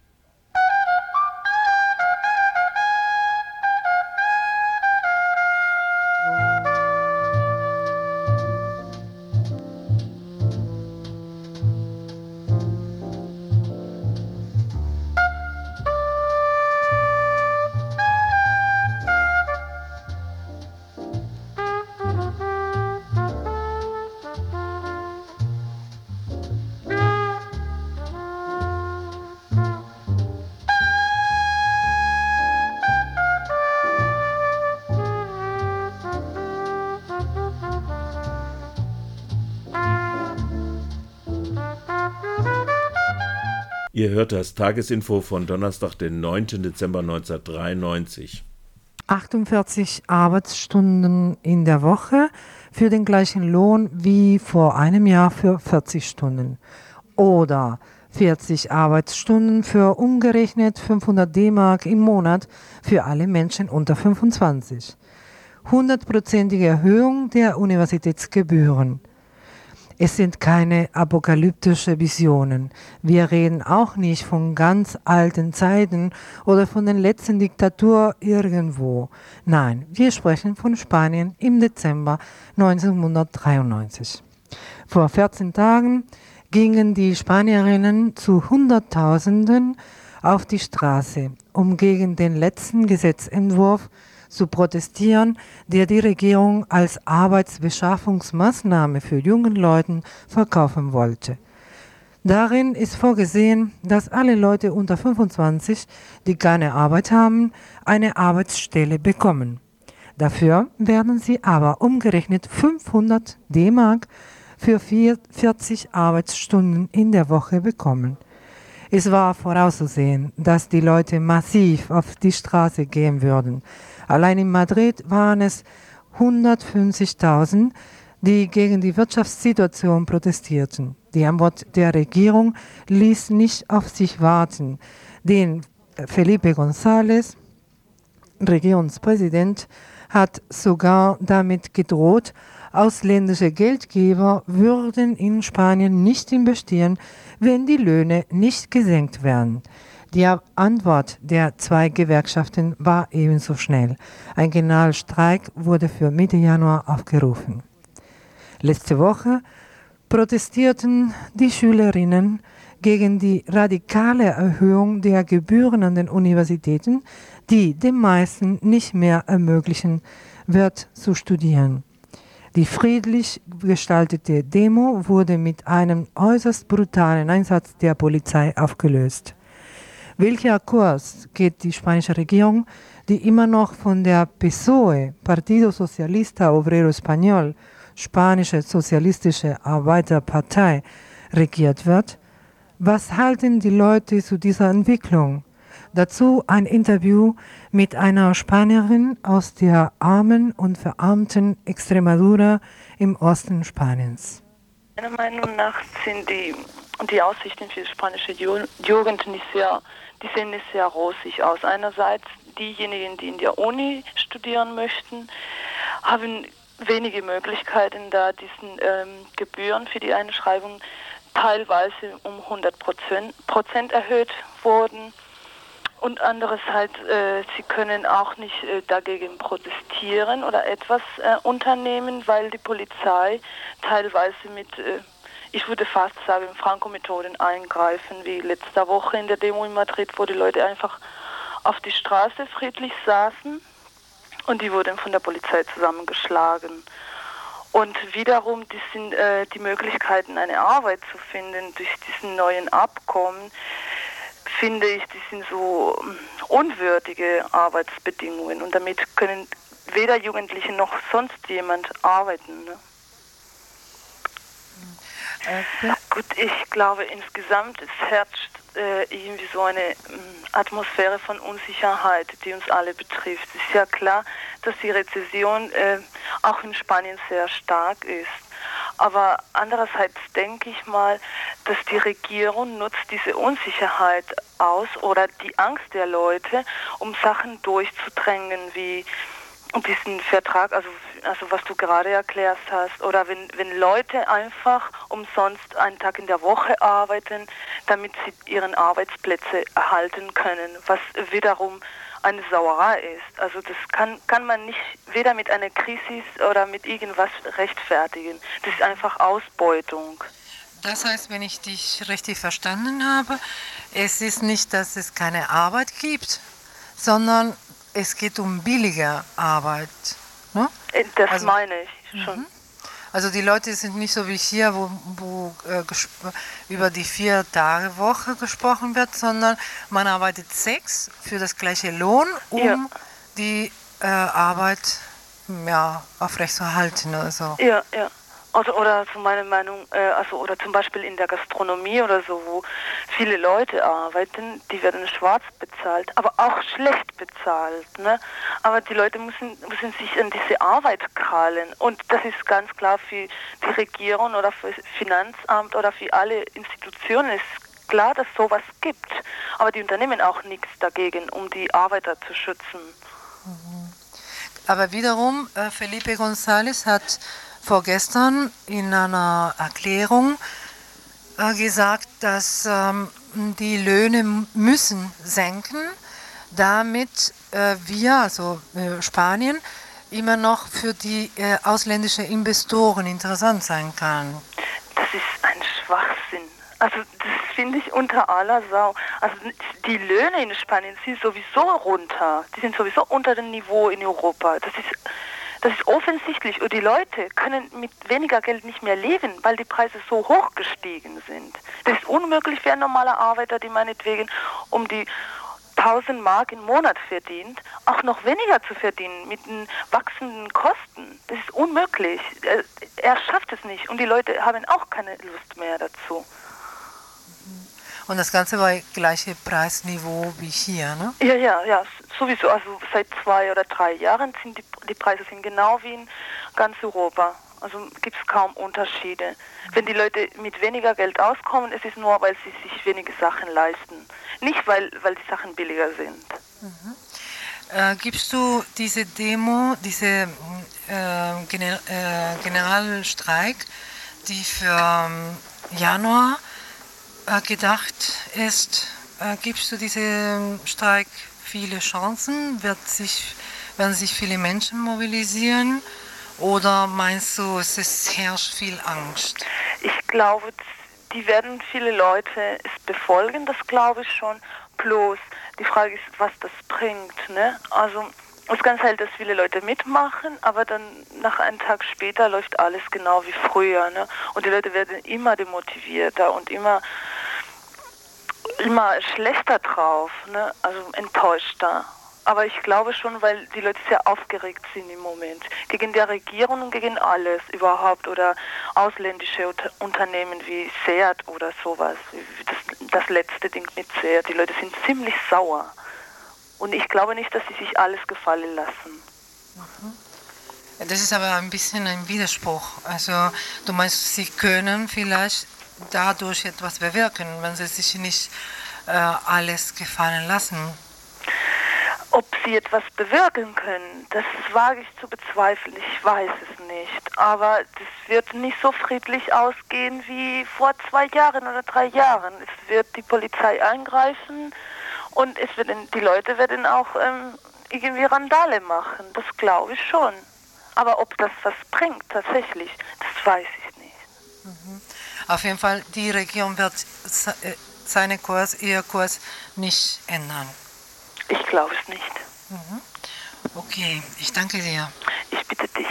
Ihr hört das Tagesinfo von Donnerstag, den 9. Dezember 1993. 48 Arbeitsstunden in der Woche für den gleichen Lohn wie vor einem Jahr für 40 Stunden. Oder 40 Arbeitsstunden für umgerechnet 500 D-Mark im Monat für alle Menschen unter 25. 100%ige Erhöhung der Universitätsgebühren. Es sind keine apokalyptischen Visionen. Wir reden auch nicht von ganz alten Zeiten oder von der letzten Diktatur irgendwo. Nein, wir sprechen von Spanien im Dezember 1993. Vor 14 Tagen gingen die Spanierinnen zu Hunderttausenden auf die Straße, um gegen den letzten Gesetzentwurf zu protestieren, der die Regierung als Arbeitsbeschaffungsmaßnahme für junge Leute verkaufen wollte. Darin ist vorgesehen, dass alle Leute unter 25, die keine Arbeit haben, eine Arbeitsstelle bekommen. Dafür werden sie aber umgerechnet 500 D-Mark für 40 Arbeitsstunden in der Woche bekommen. Es war vorauszusehen, dass die Leute massiv auf die Straße gehen würden. Allein in Madrid waren es 150.000, die gegen die Wirtschaftssituation protestierten. Die Antwort der Regierung ließ nicht auf sich warten. Den Felipe González, Regierungspräsident, hat sogar damit gedroht, ausländische Geldgeber würden in Spanien nicht investieren, wenn die Löhne nicht gesenkt werden. Die Antwort der 2 Gewerkschaften war ebenso schnell. Ein Generalstreik wurde für Mitte Januar aufgerufen. Letzte Woche protestierten die Schülerinnen gegen die radikale Erhöhung der Gebühren an den Universitäten, die den meisten nicht mehr ermöglichen wird, zu studieren. Die friedlich gestaltete Demo wurde mit einem äußerst brutalen Einsatz der Polizei aufgelöst. Welcher Kurs geht die spanische Regierung, die immer noch von der PSOE, Partido Socialista Obrero Español, Spanische Sozialistische Arbeiterpartei, regiert wird? Was halten die Leute zu dieser Entwicklung? Dazu ein Interview mit einer Spanierin aus der armen und verarmten Extremadura im Osten Spaniens. Meiner Meinung nach sind die Aussichten für die spanische Jugend die sehen nicht sehr rosig aus. Einerseits diejenigen, die in der Uni studieren möchten, haben wenige Möglichkeiten, da diesen Gebühren für die Einschreibung teilweise um 100% erhöht wurden. Und andererseits, sie können auch nicht dagegen protestieren oder etwas unternehmen, weil die Polizei teilweise mit, ich würde fast sagen, Franco-Methoden eingreifen, wie letzte Woche in der Demo in Madrid, wo die Leute einfach auf die Straße friedlich saßen und die wurden von der Polizei zusammengeschlagen. Und wiederum, das sind die Möglichkeiten, eine Arbeit zu finden durch diesen neuen Abkommen, finde ich, die sind so unwürdige Arbeitsbedingungen und damit können weder Jugendliche noch sonst jemand arbeiten. Ne? Gut, ich glaube insgesamt, es herrscht irgendwie so eine Atmosphäre von Unsicherheit, die uns alle betrifft. Es ist ja klar, dass die Rezession auch in Spanien sehr stark ist. Aber andererseits denke ich mal, dass die Regierung nutzt diese Unsicherheit aus oder die Angst der Leute, um Sachen durchzudrängen, wie diesen Vertrag, also was du gerade erklärt hast, oder wenn Leute einfach umsonst einen Tag in der Woche arbeiten, damit sie ihren Arbeitsplätze erhalten können, was wiederum eine Sauerei ist. Also das kann man nicht weder mit einer Krise oder mit irgendwas rechtfertigen. Das ist einfach Ausbeutung. Das heißt, wenn ich dich richtig verstanden habe, es ist nicht, dass es keine Arbeit gibt, sondern es geht um billige Arbeit. Ne? Das meine ich schon. Also die Leute sind nicht so wie hier, wo über die 4-Tage-Woche gesprochen wird, sondern man arbeitet 6 für das gleiche Lohn, um die Arbeit aufrechtzuerhalten oder so. Ja. Also, oder zu meiner Meinung, oder zum Beispiel in der Gastronomie oder so, wo viele Leute arbeiten, die werden schwarz bezahlt, aber auch schlecht bezahlt. Ne? Aber die Leute müssen sich an diese Arbeit krallen. Und das ist ganz klar für die Regierung oder für das Finanzamt oder für alle Institutionen. Es ist klar, dass sowas gibt. Aber die unternehmen auch nichts dagegen, um die Arbeiter zu schützen. Aber wiederum, Felipe González hat vorgestern in einer Erklärung gesagt, dass die Löhne müssen senken, damit wir, also Spanien, immer noch für die ausländischen Investoren interessant sein kann. Das ist ein Schwachsinn. Also das finde ich unter aller Sau. Also die Löhne in Spanien sind sowieso runter. Die sind sowieso unter dem Niveau in Europa. Das ist offensichtlich. Und die Leute können mit weniger Geld nicht mehr leben, weil die Preise so hoch gestiegen sind. Das ist unmöglich für ein normaler Arbeiter, die meinetwegen um die 1000 Mark im Monat verdient, auch noch weniger zu verdienen mit den wachsenden Kosten. Das ist unmöglich. Er schafft es nicht und die Leute haben auch keine Lust mehr dazu. Und das Ganze war gleiche Preisniveau wie hier, ne? Ja, sowieso. Also seit 2 oder 3 Jahren sind die Preise sind genau wie in ganz Europa. Also gibt es kaum Unterschiede. Wenn die Leute mit weniger Geld auskommen, es ist nur, weil sie sich wenige Sachen leisten. Nicht, weil die Sachen billiger sind. Gibst du diese Demo, diese Generalstreik, die für Januar gedacht ist, gibst du diesem Streik viele Chancen? Werden sich viele Menschen mobilisieren? Oder meinst du, herrscht viel Angst? Ich glaube, die werden viele Leute es befolgen, das glaube ich schon. Bloß die Frage ist, was das bringt. Ne? Also es kann sein, dass viele Leute mitmachen, aber dann nach einem Tag später läuft alles genau wie früher. Ne? Und die Leute werden immer demotivierter und immer schlechter drauf, ne? Also enttäuschter. Aber ich glaube schon, weil die Leute sehr aufgeregt sind im Moment. Gegen die Regierung und gegen alles überhaupt. Oder ausländische Unternehmen wie Seat oder sowas. Das letzte Ding mit Seat. Die Leute sind ziemlich sauer. Und ich glaube nicht, dass sie sich alles gefallen lassen. Das ist aber ein bisschen ein Widerspruch. Also du meinst, sie können vielleicht dadurch etwas bewirken, wenn sie sich nicht alles gefallen lassen. Ob sie etwas bewirken können, das wage ich zu bezweifeln. Ich weiß es nicht. Aber das wird nicht so friedlich ausgehen wie vor 2 Jahren oder 3 Jahren. Es wird die Polizei eingreifen und die Leute werden auch irgendwie Randale machen. Das glaube ich schon. Aber ob das was bringt tatsächlich, das weiß ich nicht. Auf jeden Fall, die Regierung wird ihr Kurs nicht ändern. Ich glaube es nicht. Okay, ich danke dir. Ich bitte dich.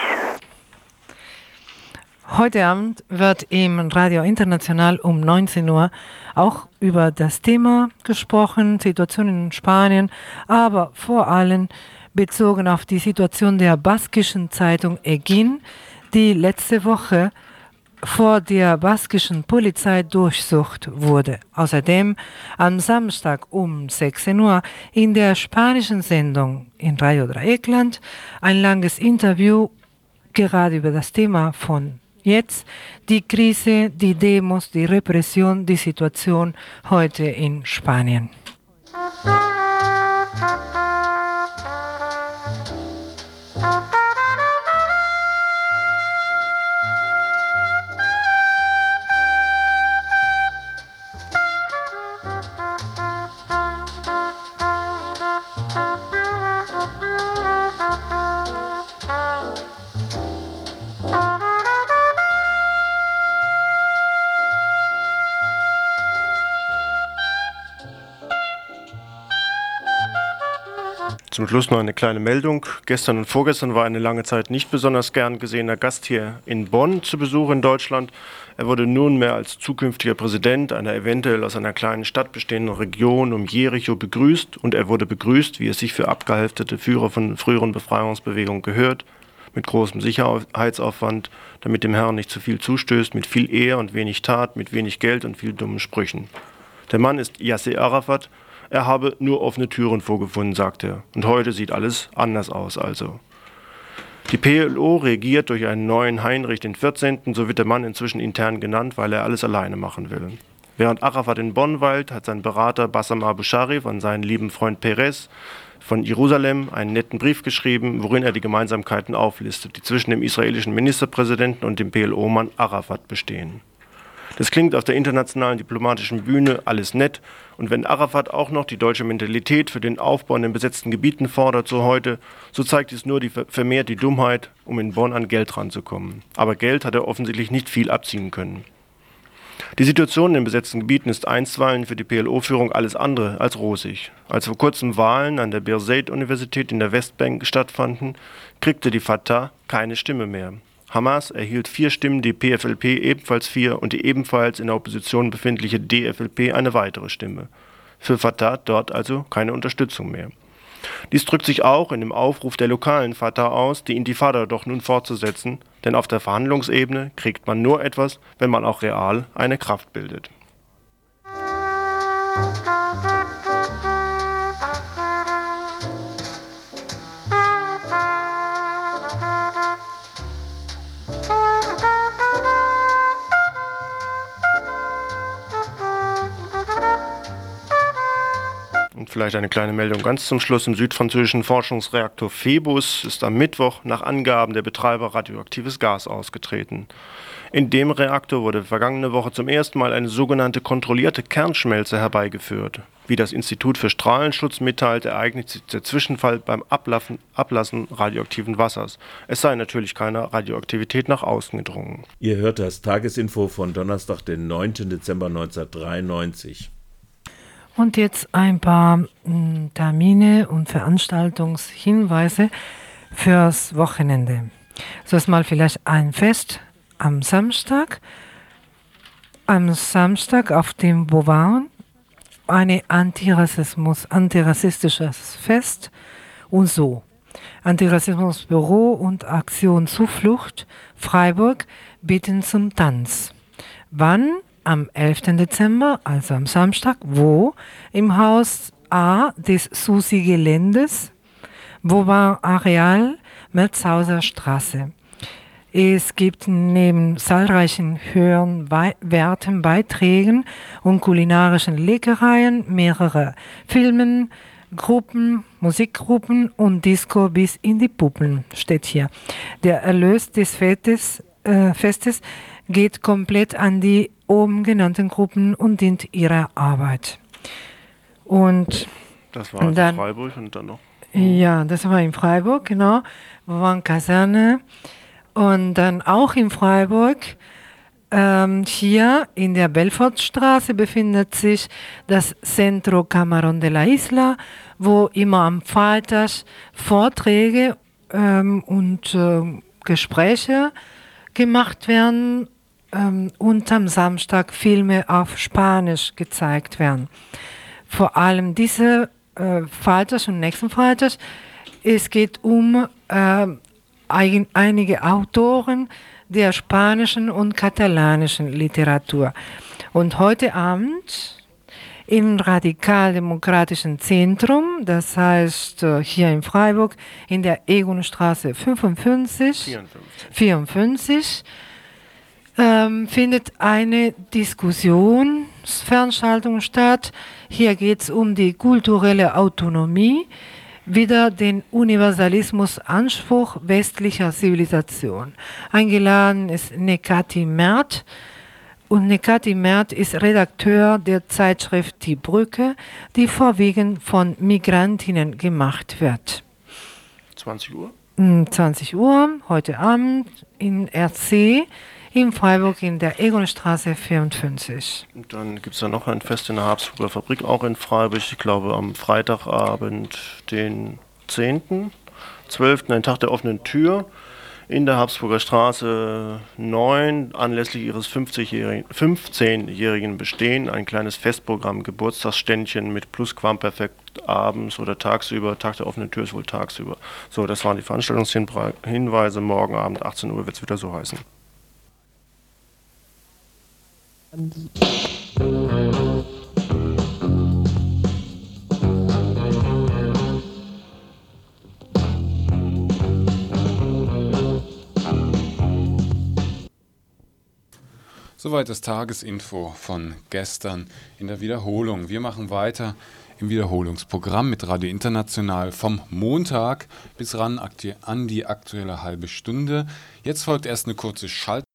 Heute Abend wird im Radio International um 19 Uhr auch über das Thema gesprochen, Situation in Spanien, aber vor allem bezogen auf die Situation der baskischen Zeitung Egin, die letzte Woche vor der baskischen Polizei durchsucht wurde. Außerdem am Samstag um 16 Uhr in der spanischen Sendung in Radio Dreieckland ein langes Interview gerade über das Thema von jetzt, die Krise, die Demos, die Repression, die Situation heute in Spanien. Zum Schluss noch eine kleine Meldung. Gestern und vorgestern war eine lange Zeit nicht besonders gern gesehener Gast hier in Bonn zu Besuch in Deutschland. Er wurde nunmehr als zukünftiger Präsident einer eventuell aus einer kleinen Stadt bestehenden Region um Jericho begrüßt. Und er wurde begrüßt, wie es sich für abgehalfterte Führer von früheren Befreiungsbewegungen gehört, mit großem Sicherheitsaufwand, damit dem Herrn nicht zu viel zustößt, mit viel Ehr und wenig Tat, mit wenig Geld und viel dummen Sprüchen. Der Mann ist Yasser Arafat. Er habe nur offene Türen vorgefunden, sagt er. Und heute sieht alles anders aus also. Die PLO regiert durch einen neuen Heinrich XIV., so wird der Mann inzwischen intern genannt, weil er alles alleine machen will. Während Arafat in Bonn weilt, hat sein Berater Bassam Abu Sharif an seinen lieben Freund Perez von Jerusalem einen netten Brief geschrieben, worin er die Gemeinsamkeiten auflistet, die zwischen dem israelischen Ministerpräsidenten und dem PLO-Mann Arafat bestehen. Das klingt auf der internationalen diplomatischen Bühne alles nett, und wenn Arafat auch noch die deutsche Mentalität für den Aufbau in den besetzten Gebieten fordert, so heute, so zeigt es nur vermehrt die Dummheit, um in Bonn an Geld ranzukommen. Aber Geld hat er offensichtlich nicht viel abziehen können. Die Situation in den besetzten Gebieten ist einstweilen für die PLO-Führung alles andere als rosig. Als vor kurzem Wahlen an der Birzeit-Universität in der Westbank stattfanden, kriegte die Fatah keine Stimme mehr. Hamas erhielt 4 Stimmen, die PFLP ebenfalls 4 und die ebenfalls in der Opposition befindliche DFLP eine weitere Stimme. Für Fatah dort also keine Unterstützung mehr. Dies drückt sich auch in dem Aufruf der lokalen Fatah aus, die Intifada doch nun fortzusetzen, denn auf der Verhandlungsebene kriegt man nur etwas, wenn man auch real eine Kraft bildet. Vielleicht eine kleine Meldung ganz zum Schluss. Im südfranzösischen Forschungsreaktor Phoebus ist am Mittwoch nach Angaben der Betreiber radioaktives Gas ausgetreten. In dem Reaktor wurde vergangene Woche zum ersten Mal eine sogenannte kontrollierte Kernschmelze herbeigeführt. Wie das Institut für Strahlenschutz mitteilt, ereignet sich der Zwischenfall beim Ablassen radioaktiven Wassers. Es sei natürlich keine Radioaktivität nach außen gedrungen. Ihr hört das Tagesinfo von Donnerstag, den 9. Dezember 1993. Und jetzt ein paar Termine und Veranstaltungshinweise fürs Wochenende. So ist mal vielleicht ein Fest am Samstag. Am Samstag auf dem Bovan ein antirassistisches Fest und so. Antirassismusbüro und Aktion Zuflucht Freiburg bitten zum Tanz. Wann? Am 11. Dezember, also am Samstag, wo? Im Haus A des Susi-Geländes, Bovan-Areal, Merzhauser Straße. Es gibt neben zahlreichen höherwertigen Beiträgen und kulinarischen Leckereien mehrere Filmen, Gruppen, Musikgruppen und Disco bis in die Puppen, steht hier. Der Erlös des Festes geht komplett an die oben genannten Gruppen und dient ihrer Arbeit. Und das war dann, in Freiburg und dann noch? Ja, das war in Freiburg, genau. Wir waren Kaserne. Und dann auch in Freiburg, hier in der Belfortstraße befindet sich das Centro Camarón de la Isla, wo immer am Freitag Vorträge und Gespräche gemacht werden und am Samstag Filme auf Spanisch gezeigt werden. Vor allem diese Freitag und nächsten Freitag, es geht um einige Autoren der spanischen und katalanischen Literatur. Und heute Abend im Radikaldemokratischen Zentrum, das heißt hier in Freiburg, in der Egonstraße 54, findet eine Diskussionsveranstaltung statt. Hier geht es um die kulturelle Autonomie, wieder den Universalismus-Anspruch westlicher Zivilisation. Eingeladen ist Nekati Mert. Und Nekati Mert ist Redakteur der Zeitschrift Die Brücke, die vorwiegend von Migrantinnen gemacht wird. 20 Uhr? 20 Uhr, heute Abend in RC in Freiburg in der Egonstraße 54. Und dann gibt es da noch ein Fest in der Habsburger Fabrik, auch in Freiburg, ich glaube am Freitagabend, den 10.12., ein Tag der offenen Tür, in der Habsburger Straße 9, anlässlich ihres 15-jährigen Bestehen, ein kleines Festprogramm, Geburtstagsständchen mit Plusquamperfekt abends oder tagsüber, Tag der offenen Tür ist wohl tagsüber. So, das waren die Veranstaltungshinweise, morgen Abend 18 Uhr wird es wieder so heißen. Soweit das Tagesinfo von gestern in der Wiederholung. Wir machen weiter im Wiederholungsprogramm mit Radio International vom Montag bis ran an die aktuelle halbe Stunde. Jetzt folgt erst eine kurze